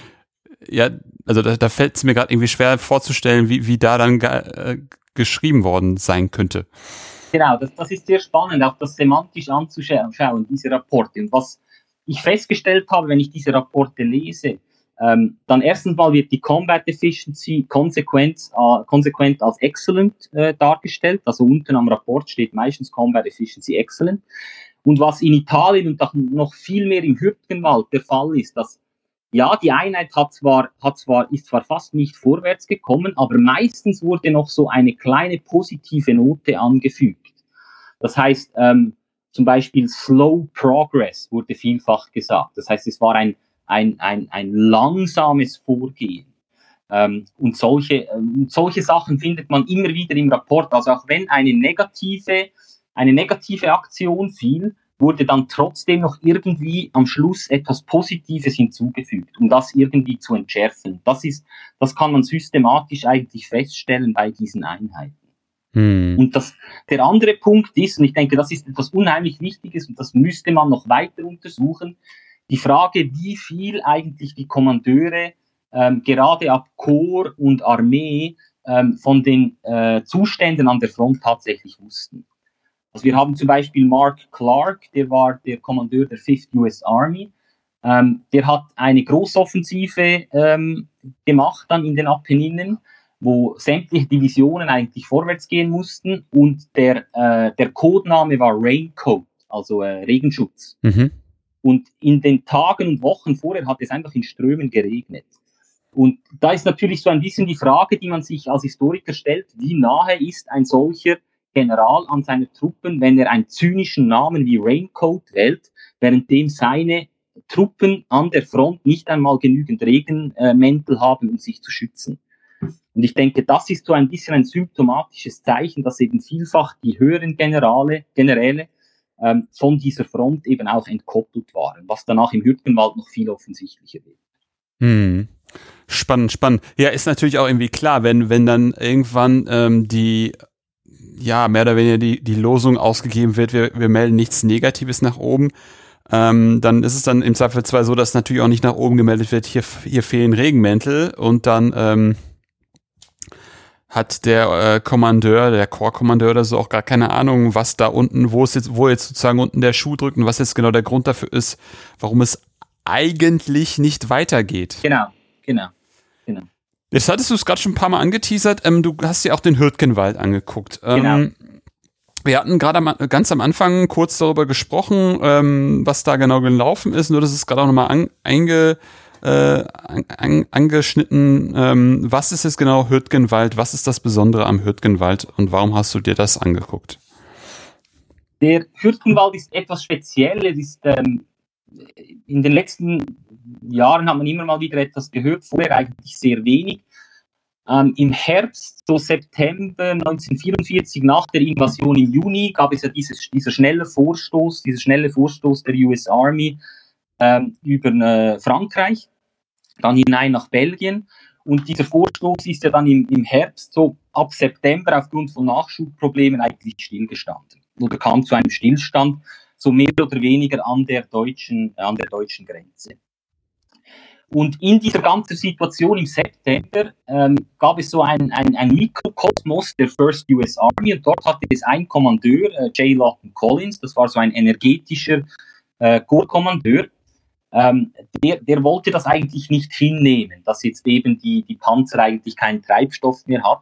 [SPEAKER 1] ja, also da, da fällt es mir gerade irgendwie schwer vorzustellen, wie, wie da dann ge, äh, geschrieben worden sein könnte.
[SPEAKER 2] Genau, das, das ist sehr spannend, auch das semantisch anzuschauen, diese Rapporte. Und was ich festgestellt habe, wenn ich diese Rapporte lese, ähm, dann erstens mal wird die Combat Efficiency konsequent, äh, konsequent als excellent äh, dargestellt. Also unten am Rapport steht meistens Combat Efficiency excellent. Und was in Italien und auch noch viel mehr im Hürtgenwald der Fall ist, dass ja, die Einheit hat zwar, hat zwar, ist zwar fast nicht vorwärts gekommen, aber meistens wurde noch so eine kleine positive Note angefügt. Das heißt, ähm, zum Beispiel Slow Progress wurde vielfach gesagt. Das heißt, es war ein, ein, ein, ein langsames Vorgehen. Ähm, und solche, ähm, solche Sachen findet man immer wieder im Rapport. Also auch wenn eine negative, eine negative Aktion fiel, wurde dann trotzdem noch irgendwie am Schluss etwas Positives hinzugefügt, um das irgendwie zu entschärfen. Das ist, das kann man systematisch eigentlich feststellen bei diesen Einheiten. Hm. Und das, der andere Punkt ist, und ich denke, das ist etwas unheimlich Wichtiges und das müsste man noch weiter untersuchen, die Frage, wie viel eigentlich die Kommandeure ähm, gerade ab Korps und Armee ähm, von den äh, Zuständen an der Front tatsächlich wussten. Also wir haben zum Beispiel Mark Clark, der war der Kommandeur der Fifth U S Army. Ähm, der hat eine Großoffensive ähm, gemacht dann in den Apenninen, wo sämtliche Divisionen eigentlich vorwärts gehen mussten, und der, äh, der Codename war Raincoat, also äh, Regenschutz. Mhm. Und in den Tagen und Wochen vorher hat es einfach in Strömen geregnet. Und da ist natürlich so ein bisschen die Frage, die man sich als Historiker stellt: Wie nahe ist ein solcher General an seine Truppen, wenn er einen zynischen Namen wie Raincoat wählt, währenddem seine Truppen an der Front nicht einmal genügend Regenmäntel haben, um sich zu schützen. Und ich denke, das ist so ein bisschen ein symptomatisches Zeichen, dass eben vielfach die höheren Generale, Generäle ähm, von dieser Front eben auch entkoppelt waren, was danach im Hürtgenwald noch viel offensichtlicher wird.
[SPEAKER 1] Hm. Spannend, spannend. Ja, ist natürlich auch irgendwie klar, wenn, wenn dann irgendwann ähm, die, ja, mehr oder weniger die, die Losung ausgegeben wird, wir, wir melden nichts Negatives nach oben, ähm, dann ist es dann im Zweifelsfall so, dass natürlich auch nicht nach oben gemeldet wird, hier, hier fehlen Regenmäntel, und dann ähm, hat der äh, Kommandeur, der Korpskommandeur oder so auch gar keine Ahnung, was da unten, wo es jetzt, wo jetzt sozusagen unten der Schuh drückt und was jetzt genau der Grund dafür ist, warum es eigentlich nicht weitergeht.
[SPEAKER 2] Genau, genau, genau.
[SPEAKER 1] Jetzt hattest du es gerade schon ein paar Mal angeteasert, ähm, du hast dir auch den Hürtgenwald angeguckt. Ähm, genau. Wir hatten gerade am, ganz am Anfang kurz darüber gesprochen, ähm, was da genau gelaufen ist, nur das ist gerade auch nochmal an, einge, äh, an, angeschnitten. Ähm, was ist jetzt genau Hürtgenwald? Was ist das Besondere am Hürtgenwald und warum hast du dir das angeguckt?
[SPEAKER 2] Der Hürtgenwald ist etwas speziell. Es ist, ähm, in den letzten Jahren hat man immer mal wieder etwas gehört, vorher eigentlich sehr wenig. Ähm, Im Herbst, so September neunzehnhundertvierundvierzig, nach der Invasion im Juni, gab es ja dieses, dieser schnelle Vorstoß, dieser schnelle Vorstoß der U S Army ähm, über äh, Frankreich, dann hinein nach Belgien. Und dieser Vorstoß ist ja dann im, im Herbst, so ab September, aufgrund von Nachschubproblemen eigentlich stillgestanden. Oder kam zu einem Stillstand, so mehr oder weniger an der deutschen, äh, an der deutschen Grenze. Und in dieser ganzen Situation im September ähm, gab es so einen ein Mikrokosmos der First U S Army, und dort hatte es einen Kommandeur, äh, J. Lawton Collins, das war so ein energetischer äh, Korpskommandeur, ähm, der, der wollte das eigentlich nicht hinnehmen, dass jetzt eben die, die Panzer eigentlich keinen Treibstoff mehr hat.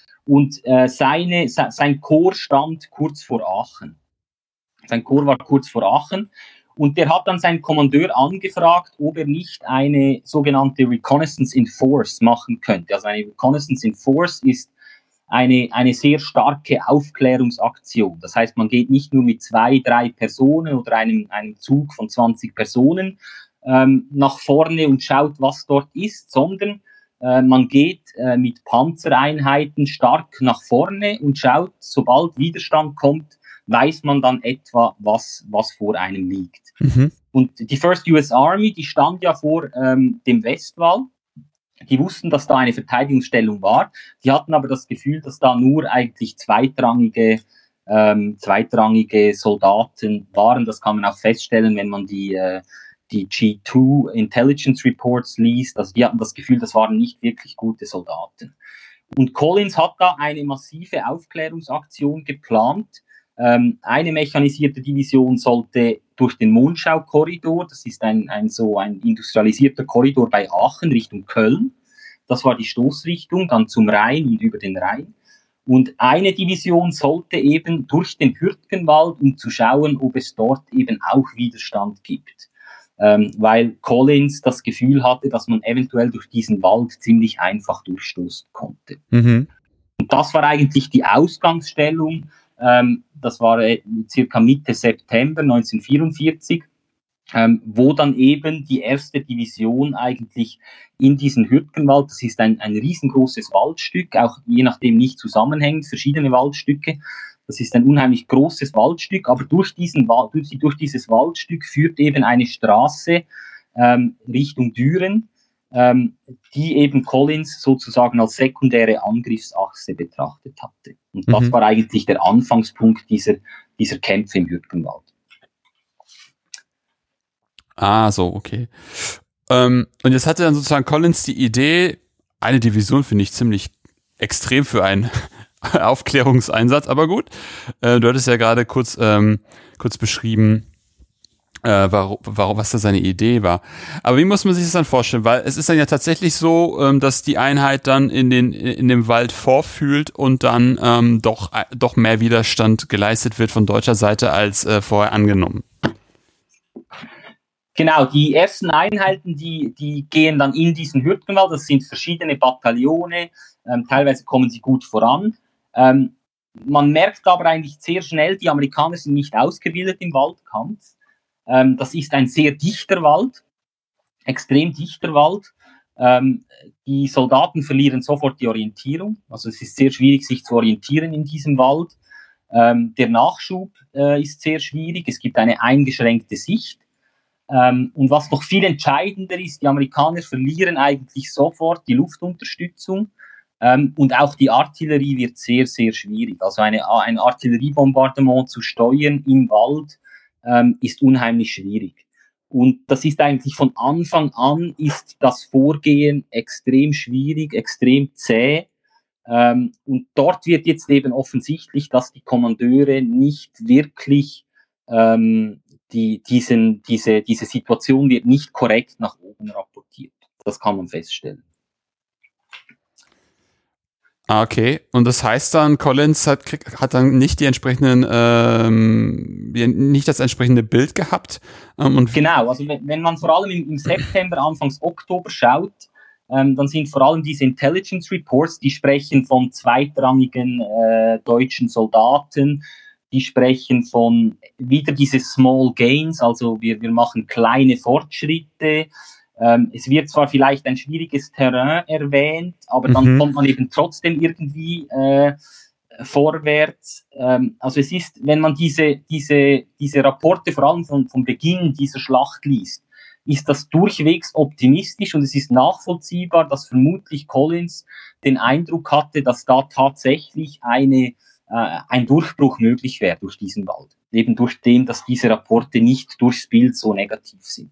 [SPEAKER 2] Und äh, seine, se, sein Korps stand kurz vor Aachen. Sein Korps war kurz vor Aachen. Und der hat dann seinen Kommandeur angefragt, ob er nicht eine sogenannte Reconnaissance in Force machen könnte. Also eine Reconnaissance in Force ist eine, eine sehr starke Aufklärungsaktion. Das heißt, man geht nicht nur mit zwei, drei Personen oder einem, einem Zug von zwanzig Personen ähm, nach vorne und schaut, was dort ist, sondern äh, man geht äh, mit Panzereinheiten stark nach vorne und schaut, sobald Widerstand kommt, weiß man dann etwa, was, was vor einem liegt. Mhm. Und die First U S Army, die stand ja vor ähm, dem Westwall. Die wussten, dass da eine Verteidigungsstellung war. Die hatten aber das Gefühl, dass da nur eigentlich zweitrangige, ähm, zweitrangige Soldaten waren. Das kann man auch feststellen, wenn man die, äh, die G zwei Intelligence Reports liest. Also die hatten das Gefühl, das waren nicht wirklich gute Soldaten. Und Collins hat da eine massive Aufklärungsaktion geplant. Ähm, eine mechanisierte Division sollte durch den Mondschau-Korridor, das ist ein, ein so ein industrialisierter Korridor bei Aachen Richtung Köln, das war die Stoßrichtung, dann zum Rhein und über den Rhein. Und eine Division sollte eben durch den Hürtgenwald, um zu schauen, ob es dort eben auch Widerstand gibt. Ähm, weil Collins das Gefühl hatte, dass man eventuell durch diesen Wald ziemlich einfach durchstoßen konnte. Mhm. Und das war eigentlich die Ausgangsstellung. Ähm, das war äh, circa Mitte September neunzehnhundertvierundvierzig, ähm, wo dann eben die erste Division eigentlich in diesen Hürtgenwald, das ist ein, ein riesengroßes Waldstück, auch je nachdem nicht zusammenhängend, verschiedene Waldstücke. Das ist ein unheimlich großes Waldstück, aber durch, diesen, durch, durch dieses Waldstück führt eben eine Straße ähm, Richtung Düren, ähm, die eben Collins sozusagen als sekundäre Angriffsachse betrachtet hatte. Und das mhm. war eigentlich der Anfangspunkt dieser, dieser Kämpfe im Hürtgenwald.
[SPEAKER 1] Ah, so, okay. Ähm, und jetzt hatte dann sozusagen Collins die Idee, eine Division finde ich ziemlich extrem für einen Aufklärungseinsatz, aber gut. Äh, du hattest ja gerade kurz, ähm, kurz beschrieben, Äh, warum, warum, was da seine Idee war. Aber wie muss man sich das dann vorstellen? Weil es ist dann ja tatsächlich so, ähm, dass die Einheit dann in den in dem Wald vorfühlt und dann ähm, doch äh, doch mehr Widerstand geleistet wird von deutscher Seite als äh, vorher angenommen.
[SPEAKER 2] Genau, die ersten Einheiten, die die gehen dann in diesen Hürtgenwald. Das sind verschiedene Bataillone. Ähm, teilweise kommen sie gut voran. Ähm, man merkt aber eigentlich sehr schnell, die Amerikaner sind nicht ausgebildet im Waldkampf. Ähm, das ist ein sehr dichter Wald, extrem dichter Wald. Ähm, die Soldaten verlieren sofort die Orientierung. Also es ist sehr schwierig, sich zu orientieren in diesem Wald. Ähm, der Nachschub äh, ist sehr schwierig. Es gibt eine eingeschränkte Sicht. Ähm, und was noch viel entscheidender ist, die Amerikaner verlieren eigentlich sofort die Luftunterstützung. Ähm, und auch die Artillerie wird sehr, sehr schwierig. Also eine, ein Artilleriebombardement zu steuern im Wald Ähm, ist unheimlich schwierig. Und das ist eigentlich von Anfang an ist das Vorgehen extrem schwierig, extrem zäh. Ähm, und dort wird jetzt eben offensichtlich, dass die Kommandeure nicht wirklich ähm, die, diesen, diese, diese Situation wird nicht korrekt nach oben rapportiert. Das kann man feststellen.
[SPEAKER 1] Ah, okay. Und das heißt dann, Collins hat, hat dann nicht die entsprechenden, ähm, nicht das entsprechende Bild gehabt. Ähm, und
[SPEAKER 2] genau, also wenn, wenn man vor allem im, im September, Anfangs Oktober schaut, ähm, dann sind vor allem diese Intelligence Reports, die sprechen von zweitrangigen äh, deutschen Soldaten, die sprechen von wieder diese Small Gains, also wir, wir machen kleine Fortschritte. Ähm, es wird zwar vielleicht ein schwieriges Terrain erwähnt, aber dann mhm. kommt man eben trotzdem irgendwie äh, vorwärts. Ähm, also es ist, wenn man diese, diese, diese Rapporte vor allem von, vom Beginn dieser Schlacht liest, ist das durchwegs optimistisch und es ist nachvollziehbar, dass vermutlich Collins den Eindruck hatte, dass da tatsächlich eine, äh, ein Durchbruch möglich wäre durch diesen Wald. Eben durch den, dass diese Rapporte nicht durchs Bild so negativ sind.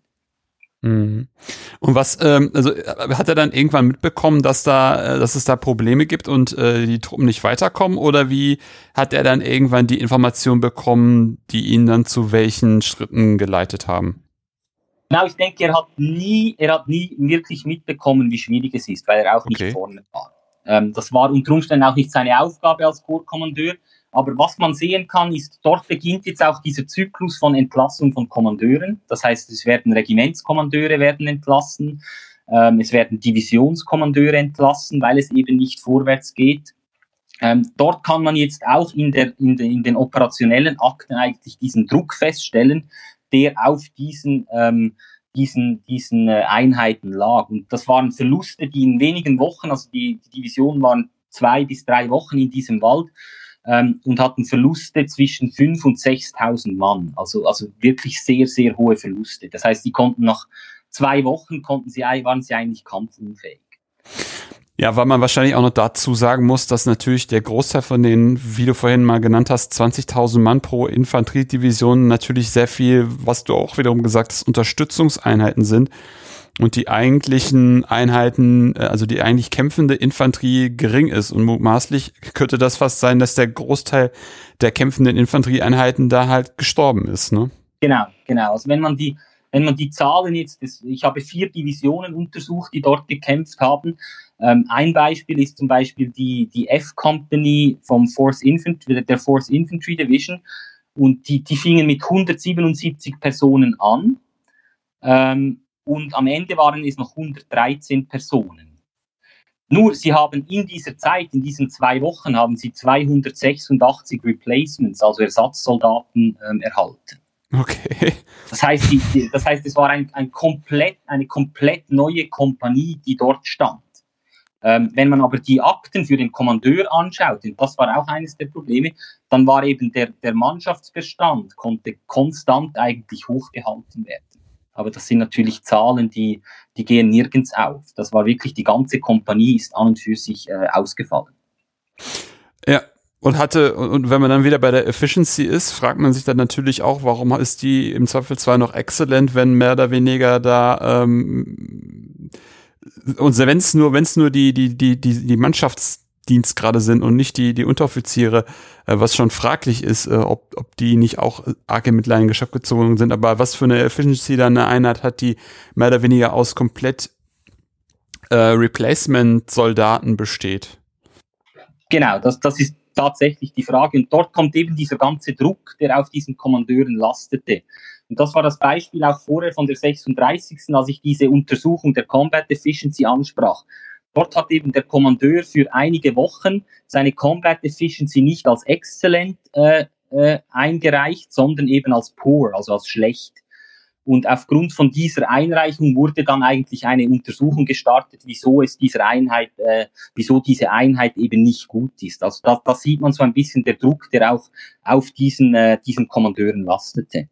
[SPEAKER 1] Und was, ähm, also hat er dann irgendwann mitbekommen, dass da, dass es da Probleme gibt und äh, die Truppen nicht weiterkommen, oder wie hat er dann irgendwann die Information bekommen, die ihn dann zu welchen Schritten geleitet haben?
[SPEAKER 2] Genau, ich denke, er hat nie, er hat nie wirklich mitbekommen, wie schwierig es ist, weil er auch
[SPEAKER 1] okay.
[SPEAKER 2] nicht vorne war. Ähm, das war unter Umständen auch nicht seine Aufgabe als Korpskommandeur. Aber was man sehen kann, ist, dort beginnt jetzt auch dieser Zyklus von Entlassung von Kommandeuren. Das heißt, es werden Regimentskommandeure werden entlassen, ähm, es werden Divisionskommandeure entlassen, weil es eben nicht vorwärts geht. Ähm, dort kann man jetzt auch in, der, in, de, in den operationellen Akten eigentlich diesen Druck feststellen, der auf diesen, ähm, diesen, diesen äh, Einheiten lag. Und das waren Verluste, die in wenigen Wochen, also die, die Divisionen waren zwei bis drei Wochen in diesem Wald, Ähm, und hatten Verluste zwischen fünftausend und sechstausend Mann. Also, also wirklich sehr, sehr hohe Verluste. Das heißt, die konnten nach zwei Wochen, konnten sie, waren sie eigentlich kampfunfähig.
[SPEAKER 1] Ja, weil man wahrscheinlich auch noch dazu sagen muss, dass natürlich der Großteil von den, wie du vorhin mal genannt hast, zwanzigtausend Mann pro Infanteriedivision natürlich sehr viel, was du auch wiederum gesagt hast, Unterstützungseinheiten sind. Und die eigentlichen Einheiten, also die eigentlich kämpfende Infanterie gering ist. Und mutmaßlich könnte das fast sein, dass der Großteil der kämpfenden Infanterieeinheiten da halt gestorben ist, ne?
[SPEAKER 2] Genau, genau. Also wenn man die, wenn man die Zahlen jetzt, das, ich habe vier Divisionen untersucht, die dort gekämpft haben. Ähm, ein Beispiel ist zum Beispiel die, die F-Company vom Fourth Infantry, der Fourth Infantry Division. Und die, die fingen mit hundertsiebenundsiebzig Personen an. Ähm, Und am Ende waren es noch hundertdreizehn Personen. Nur, sie haben in dieser Zeit, in diesen zwei Wochen, haben sie zweihundertsechsundachtzig Replacements, also Ersatzsoldaten, ähm, erhalten.
[SPEAKER 1] Okay.
[SPEAKER 2] Das heißt, die, die, das heißt, es war ein, ein komplett, eine komplett neue Kompanie, die dort stand. Ähm, wenn man aber die Akten für den Kommandeur anschaut, und das war auch eines der Probleme, dann war eben der, der Mannschaftsbestand, konnte konstant eigentlich hochgehalten werden. Aber das sind natürlich Zahlen, die, die gehen nirgends auf. Das war wirklich, die ganze Kompanie ist an und für sich äh, ausgefallen.
[SPEAKER 1] Ja, und hatte, und wenn man dann wieder bei der Efficiency ist, fragt man sich dann natürlich auch, warum ist die im Zweifelsfall noch exzellent, wenn mehr oder weniger da, ähm, und wenn es nur, wenn es nur die, die, die, die, die Mannschafts, Dienst gerade sind und nicht die, die Unteroffiziere, äh, was schon fraglich ist, äh, ob, ob die nicht auch arg in Mitleidenschaft gezogen sind, aber was für eine Efficiency da eine Einheit hat, die mehr oder weniger aus komplett äh, Replacement-Soldaten besteht.
[SPEAKER 2] Genau, das, das ist tatsächlich die Frage. Und dort kommt eben dieser ganze Druck, der auf diesen Kommandeuren lastete. Und das war das Beispiel auch vorher von der sechsunddreißigsten als ich diese Untersuchung der Combat Efficiency ansprach. Dort hat eben der Kommandeur für einige Wochen seine Combat Efficiency nicht als exzellent äh, äh, eingereicht, sondern eben als poor, also als schlecht. Und aufgrund von dieser Einreichung wurde dann eigentlich eine Untersuchung gestartet, wieso es dieser Einheit, äh, wieso diese Einheit eben nicht gut ist. Also da, da sieht man so ein bisschen der Druck, der auch auf diesen, äh, diesen Kommandeuren lastete.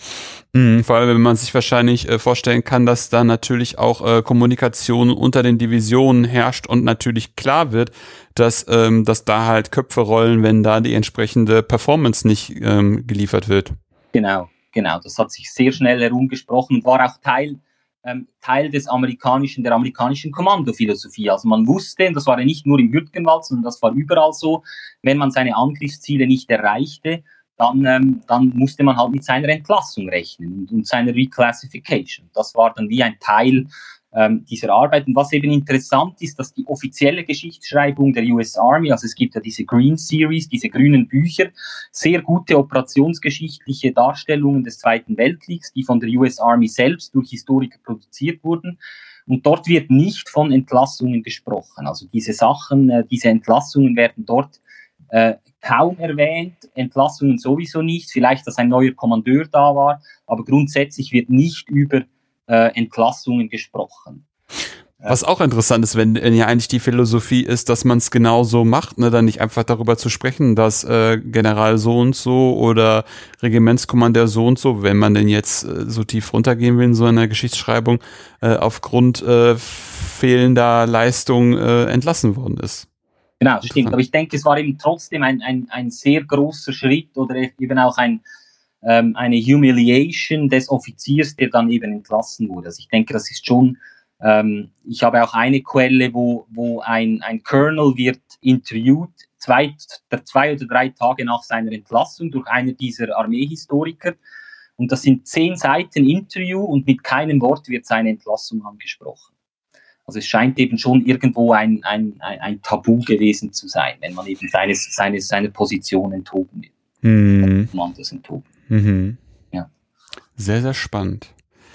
[SPEAKER 1] Mhm, vor allem, wenn man sich wahrscheinlich äh, vorstellen kann, dass da natürlich auch äh, Kommunikation unter den Divisionen herrscht und natürlich klar wird, dass, ähm, dass da halt Köpfe rollen, wenn da die entsprechende Performance nicht ähm, geliefert wird.
[SPEAKER 2] Genau. Genau, das hat sich sehr schnell herumgesprochen und war auch Teil, ähm, Teil des amerikanischen, der amerikanischen Kommandophilosophie. Also man wusste, und das war ja nicht nur im Jürgenwald, sondern das war überall so, wenn man seine Angriffsziele nicht erreichte, dann, ähm, dann musste man halt mit seiner Entlassung rechnen und, und seiner Reclassification. Das war dann wie ein Teil ähm, dieser Arbeit. Und was eben interessant ist, dass die offizielle Geschichtsschreibung der U S Army, also es gibt ja diese Green Series, diese grünen Bücher, sehr gute operationsgeschichtliche Darstellungen des Zweiten Weltkriegs, die von der U S Army selbst durch Historiker produziert wurden. Und dort wird nicht von Entlassungen gesprochen. Also diese Sachen, äh, diese Entlassungen werden dort äh, kaum erwähnt, Entlassungen sowieso nicht, vielleicht, dass ein neuer Kommandeur da war, aber grundsätzlich wird nicht über äh, Entlassungen gesprochen.
[SPEAKER 1] Was auch interessant ist, wenn, wenn ja eigentlich die Philosophie ist, dass man es genau so macht, ne, dann nicht einfach darüber zu sprechen, dass äh, General so und so oder Regimentskommandeur so und so, wenn man denn jetzt äh, so tief runtergehen will in so einer Geschichtsschreibung, äh, aufgrund äh, fehlender Leistung äh, entlassen worden ist.
[SPEAKER 2] Genau, das stimmt. Aber ich denke, es war eben trotzdem ein, ein, ein sehr großer Schritt oder eben auch ein ähm, eine Humiliation des Offiziers, der dann eben entlassen wurde. Also ich denke, das ist schon, ähm, ich habe auch eine Quelle, wo, wo ein, ein Colonel wird interviewt, zwei, zwei oder drei Tage nach seiner Entlassung durch einer dieser Armeehistoriker. Und das sind zehn Seiten Interview und mit keinem Wort wird seine Entlassung angesprochen. Also es scheint eben schon irgendwo ein, ein, ein, ein Tabu gewesen zu sein, wenn man eben seines, seines, seiner Position enthoben wird.
[SPEAKER 1] Mhm.
[SPEAKER 2] Man das enthoben.
[SPEAKER 1] Mhm.
[SPEAKER 2] Ja.
[SPEAKER 1] Sehr, sehr spannend.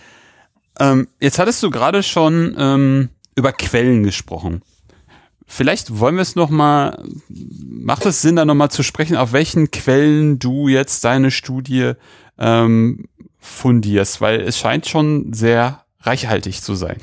[SPEAKER 1] Ähm, jetzt hattest du gerade schon ähm, über Quellen gesprochen. Vielleicht wollen wir es nochmal, macht es Sinn, da nochmal zu sprechen, auf welchen Quellen du jetzt deine Studie ähm, fundierst, weil es scheint schon sehr reichhaltig zu sein.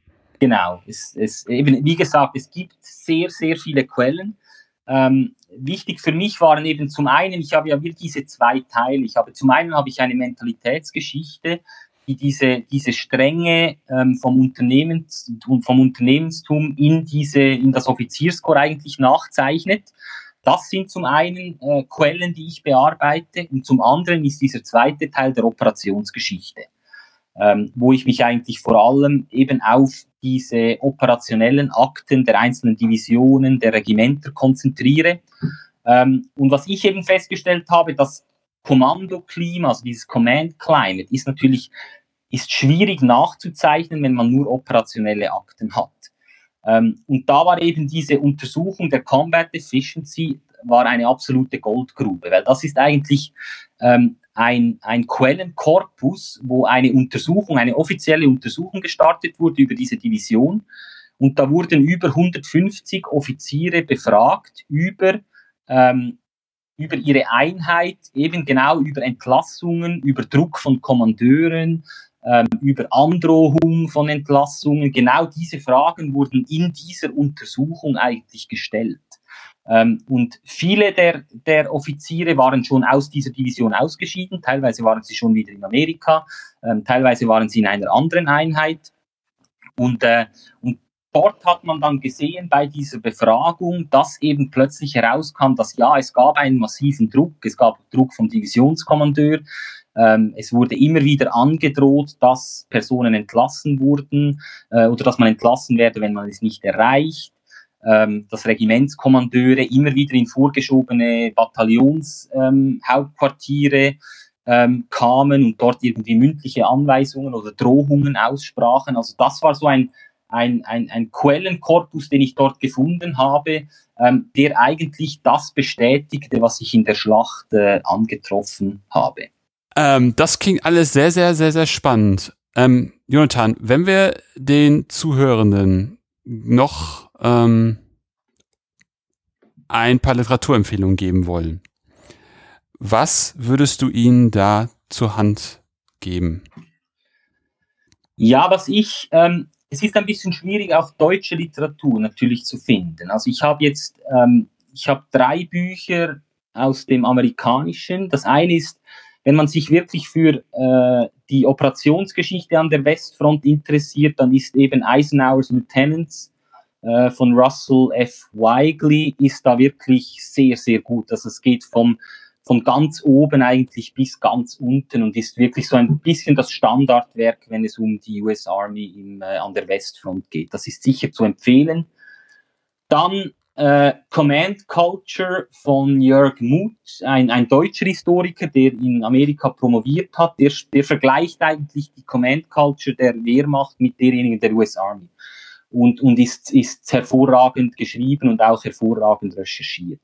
[SPEAKER 2] Genau, es, es, eben, wie gesagt, es gibt sehr, sehr viele Quellen. Ähm, wichtig für mich waren eben zum einen, ich habe ja wieder diese zwei Teile. Ich habe zum einen habe ich eine Mentalitätsgeschichte, die diese diese Strenge ähm, vom Unternehmens vom Unternehmenstum in diese in das Offizierskorps eigentlich nachzeichnet. Das sind zum einen äh, Quellen, die ich bearbeite, und zum anderen ist dieser zweite Teil der Operationsgeschichte, ähm, wo ich mich eigentlich vor allem eben auf diese operationellen Akten der einzelnen Divisionen, der Regimenter konzentriere. Ähm, und was ich eben festgestellt habe, das Kommandoklima, also dieses Command Climate, ist natürlich ist schwierig nachzuzeichnen, wenn man nur operationelle Akten hat. Ähm, und da war eben diese Untersuchung der Combat Efficiency war eine absolute Goldgrube, weil das ist eigentlich ähm, ein, ein Quellenkorpus, wo eine Untersuchung, eine offizielle Untersuchung gestartet wurde über diese Division. Und da wurden über hundertfünfzig Offiziere befragt über, ähm, über ihre Einheit, eben genau über Entlassungen, über Druck von Kommandeuren, ähm, über Androhung von Entlassungen. Genau diese Fragen wurden in dieser Untersuchung eigentlich gestellt. Ähm, und viele der, der Offiziere waren schon aus dieser Division ausgeschieden. Teilweise waren sie schon wieder in Amerika, ähm, teilweise waren sie in einer anderen Einheit. Und, äh, und dort hat man dann gesehen bei dieser Befragung, dass eben plötzlich herauskam, dass ja, es gab einen massiven Druck, es gab Druck vom Divisionskommandeur, ähm, es wurde immer wieder angedroht, dass Personen entlassen wurden äh, oder dass man entlassen werde, wenn man es nicht erreicht. ähm, dass Regimentskommandeure immer wieder in vorgeschobene Bataillonshauptquartiere ähm, ähm, kamen und dort irgendwie mündliche Anweisungen oder Drohungen aussprachen. Also das war so ein, ein, ein, ein Quellenkorpus, den ich dort gefunden habe, ähm, der eigentlich das bestätigte, was ich in der Schlacht äh, angetroffen habe.
[SPEAKER 1] Ähm, das klingt alles sehr, sehr, sehr, sehr spannend. Ähm, Jonathan, wenn wir den Zuhörenden noch ähm, ein paar Literaturempfehlungen geben wollen, was würdest du ihnen da zur Hand geben?
[SPEAKER 2] Ja, was ich, ähm, es ist ein bisschen schwierig, auch deutsche Literatur natürlich zu finden. Also ich habe jetzt, ähm, ich habe drei Bücher aus dem Amerikanischen. Das eine ist, wenn man sich wirklich für äh, die Operationsgeschichte an der Westfront interessiert, dann ist eben Eisenhower's Lieutenants äh, von Russell F. Weigley ist da wirklich sehr, sehr gut. Also es geht vom von ganz oben eigentlich bis ganz unten und ist wirklich so ein bisschen das Standardwerk, wenn es um die U S Army im, äh, an der Westfront geht. Das ist sicher zu empfehlen. Dann äh, Command Culture von Jörg Muth, ein, ein deutscher Historiker, der in Amerika promoviert hat. Der, der vergleicht eigentlich die Command Culture der Wehrmacht mit derjenigen der U S Army und, und ist, ist hervorragend geschrieben und auch hervorragend recherchiert.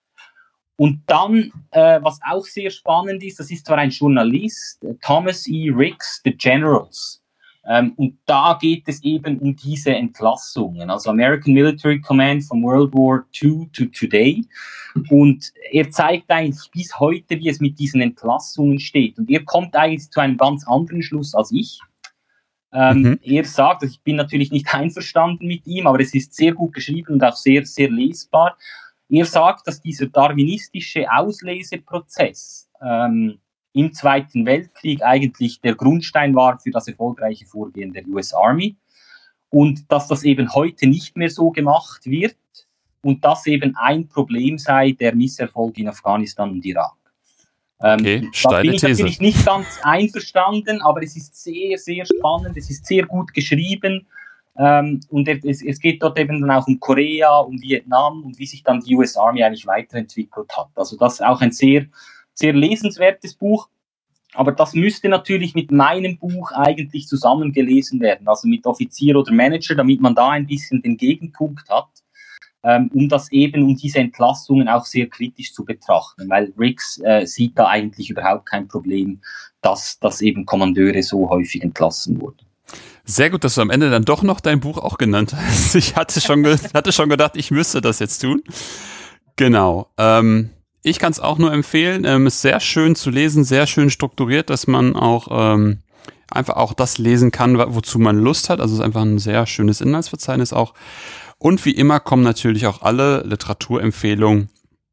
[SPEAKER 2] Und dann, äh, was auch sehr spannend ist, das ist zwar ein Journalist, äh, Thomas E. Ricks, The Generals. Ähm, und da geht es eben um diese Entlassungen, also American Military Command from World War Two to Today. Und er zeigt eigentlich bis heute, wie es mit diesen Entlassungen steht. Und er kommt eigentlich zu einem ganz anderen Schluss als ich. Ähm, mhm. Er sagt, ich bin natürlich nicht einverstanden mit ihm, aber es ist sehr gut geschrieben und auch sehr, sehr lesbar. Er sagt, dass dieser darwinistische Ausleseprozess ähm, im Zweiten Weltkrieg eigentlich der Grundstein war für das erfolgreiche Vorgehen der U S Army und dass das eben heute nicht mehr so gemacht wird und das eben ein Problem sei der Misserfolg in Afghanistan und Irak. Ähm,
[SPEAKER 1] okay,
[SPEAKER 2] da bin ich
[SPEAKER 1] These.
[SPEAKER 2] natürlich nicht ganz einverstanden, aber es ist sehr, sehr spannend, es ist sehr gut geschrieben. Ähm, und es, es geht dort eben dann auch um Korea, um Vietnam und wie sich dann die U S Army eigentlich weiterentwickelt hat. Also das ist auch ein sehr, sehr lesenswertes Buch. Aber das müsste natürlich mit meinem Buch eigentlich zusammengelesen werden, also mit Offizier oder Manager, damit man da ein bisschen den Gegenpunkt hat, ähm, um das eben, um diese Entlassungen auch sehr kritisch zu betrachten, weil Ricks äh, sieht da eigentlich überhaupt kein Problem, dass, dass eben Kommandeure so häufig entlassen wurden.
[SPEAKER 1] Sehr gut, dass du am Ende dann doch noch dein Buch auch genannt hast. Ich hatte schon, ge- hatte schon gedacht, ich müsste das jetzt tun. Genau. Ähm, ich kann es auch nur empfehlen. Ähm, ist sehr schön zu lesen, sehr schön strukturiert, dass man auch ähm, einfach auch das lesen kann, wozu man Lust hat. Also es ist einfach ein sehr schönes Inhaltsverzeichnis auch. Und wie immer kommen natürlich auch alle Literaturempfehlungen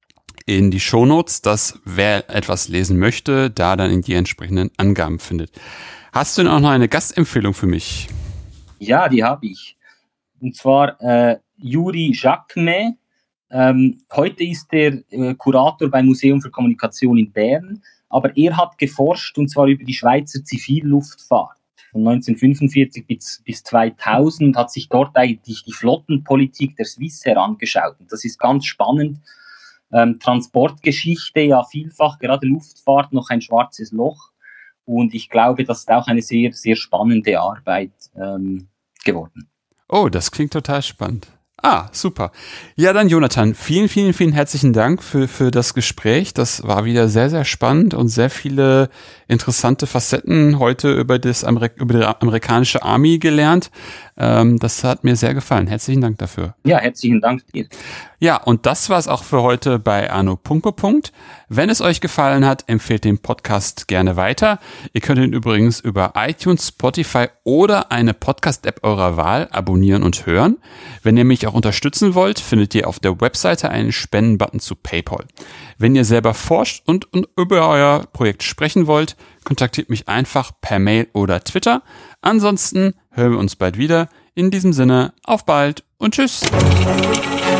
[SPEAKER 1] in die Shownotes, dass wer etwas lesen möchte, da dann in die entsprechenden Angaben findet. Hast du denn auch noch eine Gastempfehlung für mich?
[SPEAKER 2] Ja, die habe ich. Und zwar äh, Juri Jacquemet. Ähm, heute ist er äh, Kurator beim Museum für Kommunikation in Bern, aber er hat geforscht, und zwar über die Schweizer Zivilluftfahrt von neunzehnhundertfünfundvierzig bis, bis zweitausend und hat sich dort eigentlich die Flottenpolitik der Swissair angeschaut. Und das ist ganz spannend. Ähm, Transportgeschichte, ja vielfach, gerade Luftfahrt, noch ein schwarzes Loch. Und ich glaube, das ist auch eine sehr, sehr spannende Arbeit ähm, geworden.
[SPEAKER 1] Oh, das klingt total spannend. Ah, super. Ja, dann Jonathan, vielen, vielen, vielen herzlichen Dank für, für das Gespräch. Das war wieder sehr, sehr spannend und sehr viele interessante Facetten heute über, das Amerik- über die amerikanische Army gelernt. Ähm, das hat mir sehr gefallen. Herzlichen Dank dafür.
[SPEAKER 2] Ja, herzlichen Dank dir.
[SPEAKER 1] Ja, und das war es auch für heute bei Anno Punkt Punkt Punkt. Wenn es euch gefallen hat, empfehlt den Podcast gerne weiter. Ihr könnt ihn übrigens über iTunes, Spotify oder eine Podcast-App eurer Wahl abonnieren und hören. Wenn ihr mich auch unterstützen wollt, findet ihr auf der Webseite einen Spenden-Button zu PayPal. Wenn ihr selber forscht und, und über euer Projekt sprechen wollt, kontaktiert mich einfach per Mail oder Twitter. Ansonsten hören wir uns bald wieder. In diesem Sinne, auf bald und tschüss.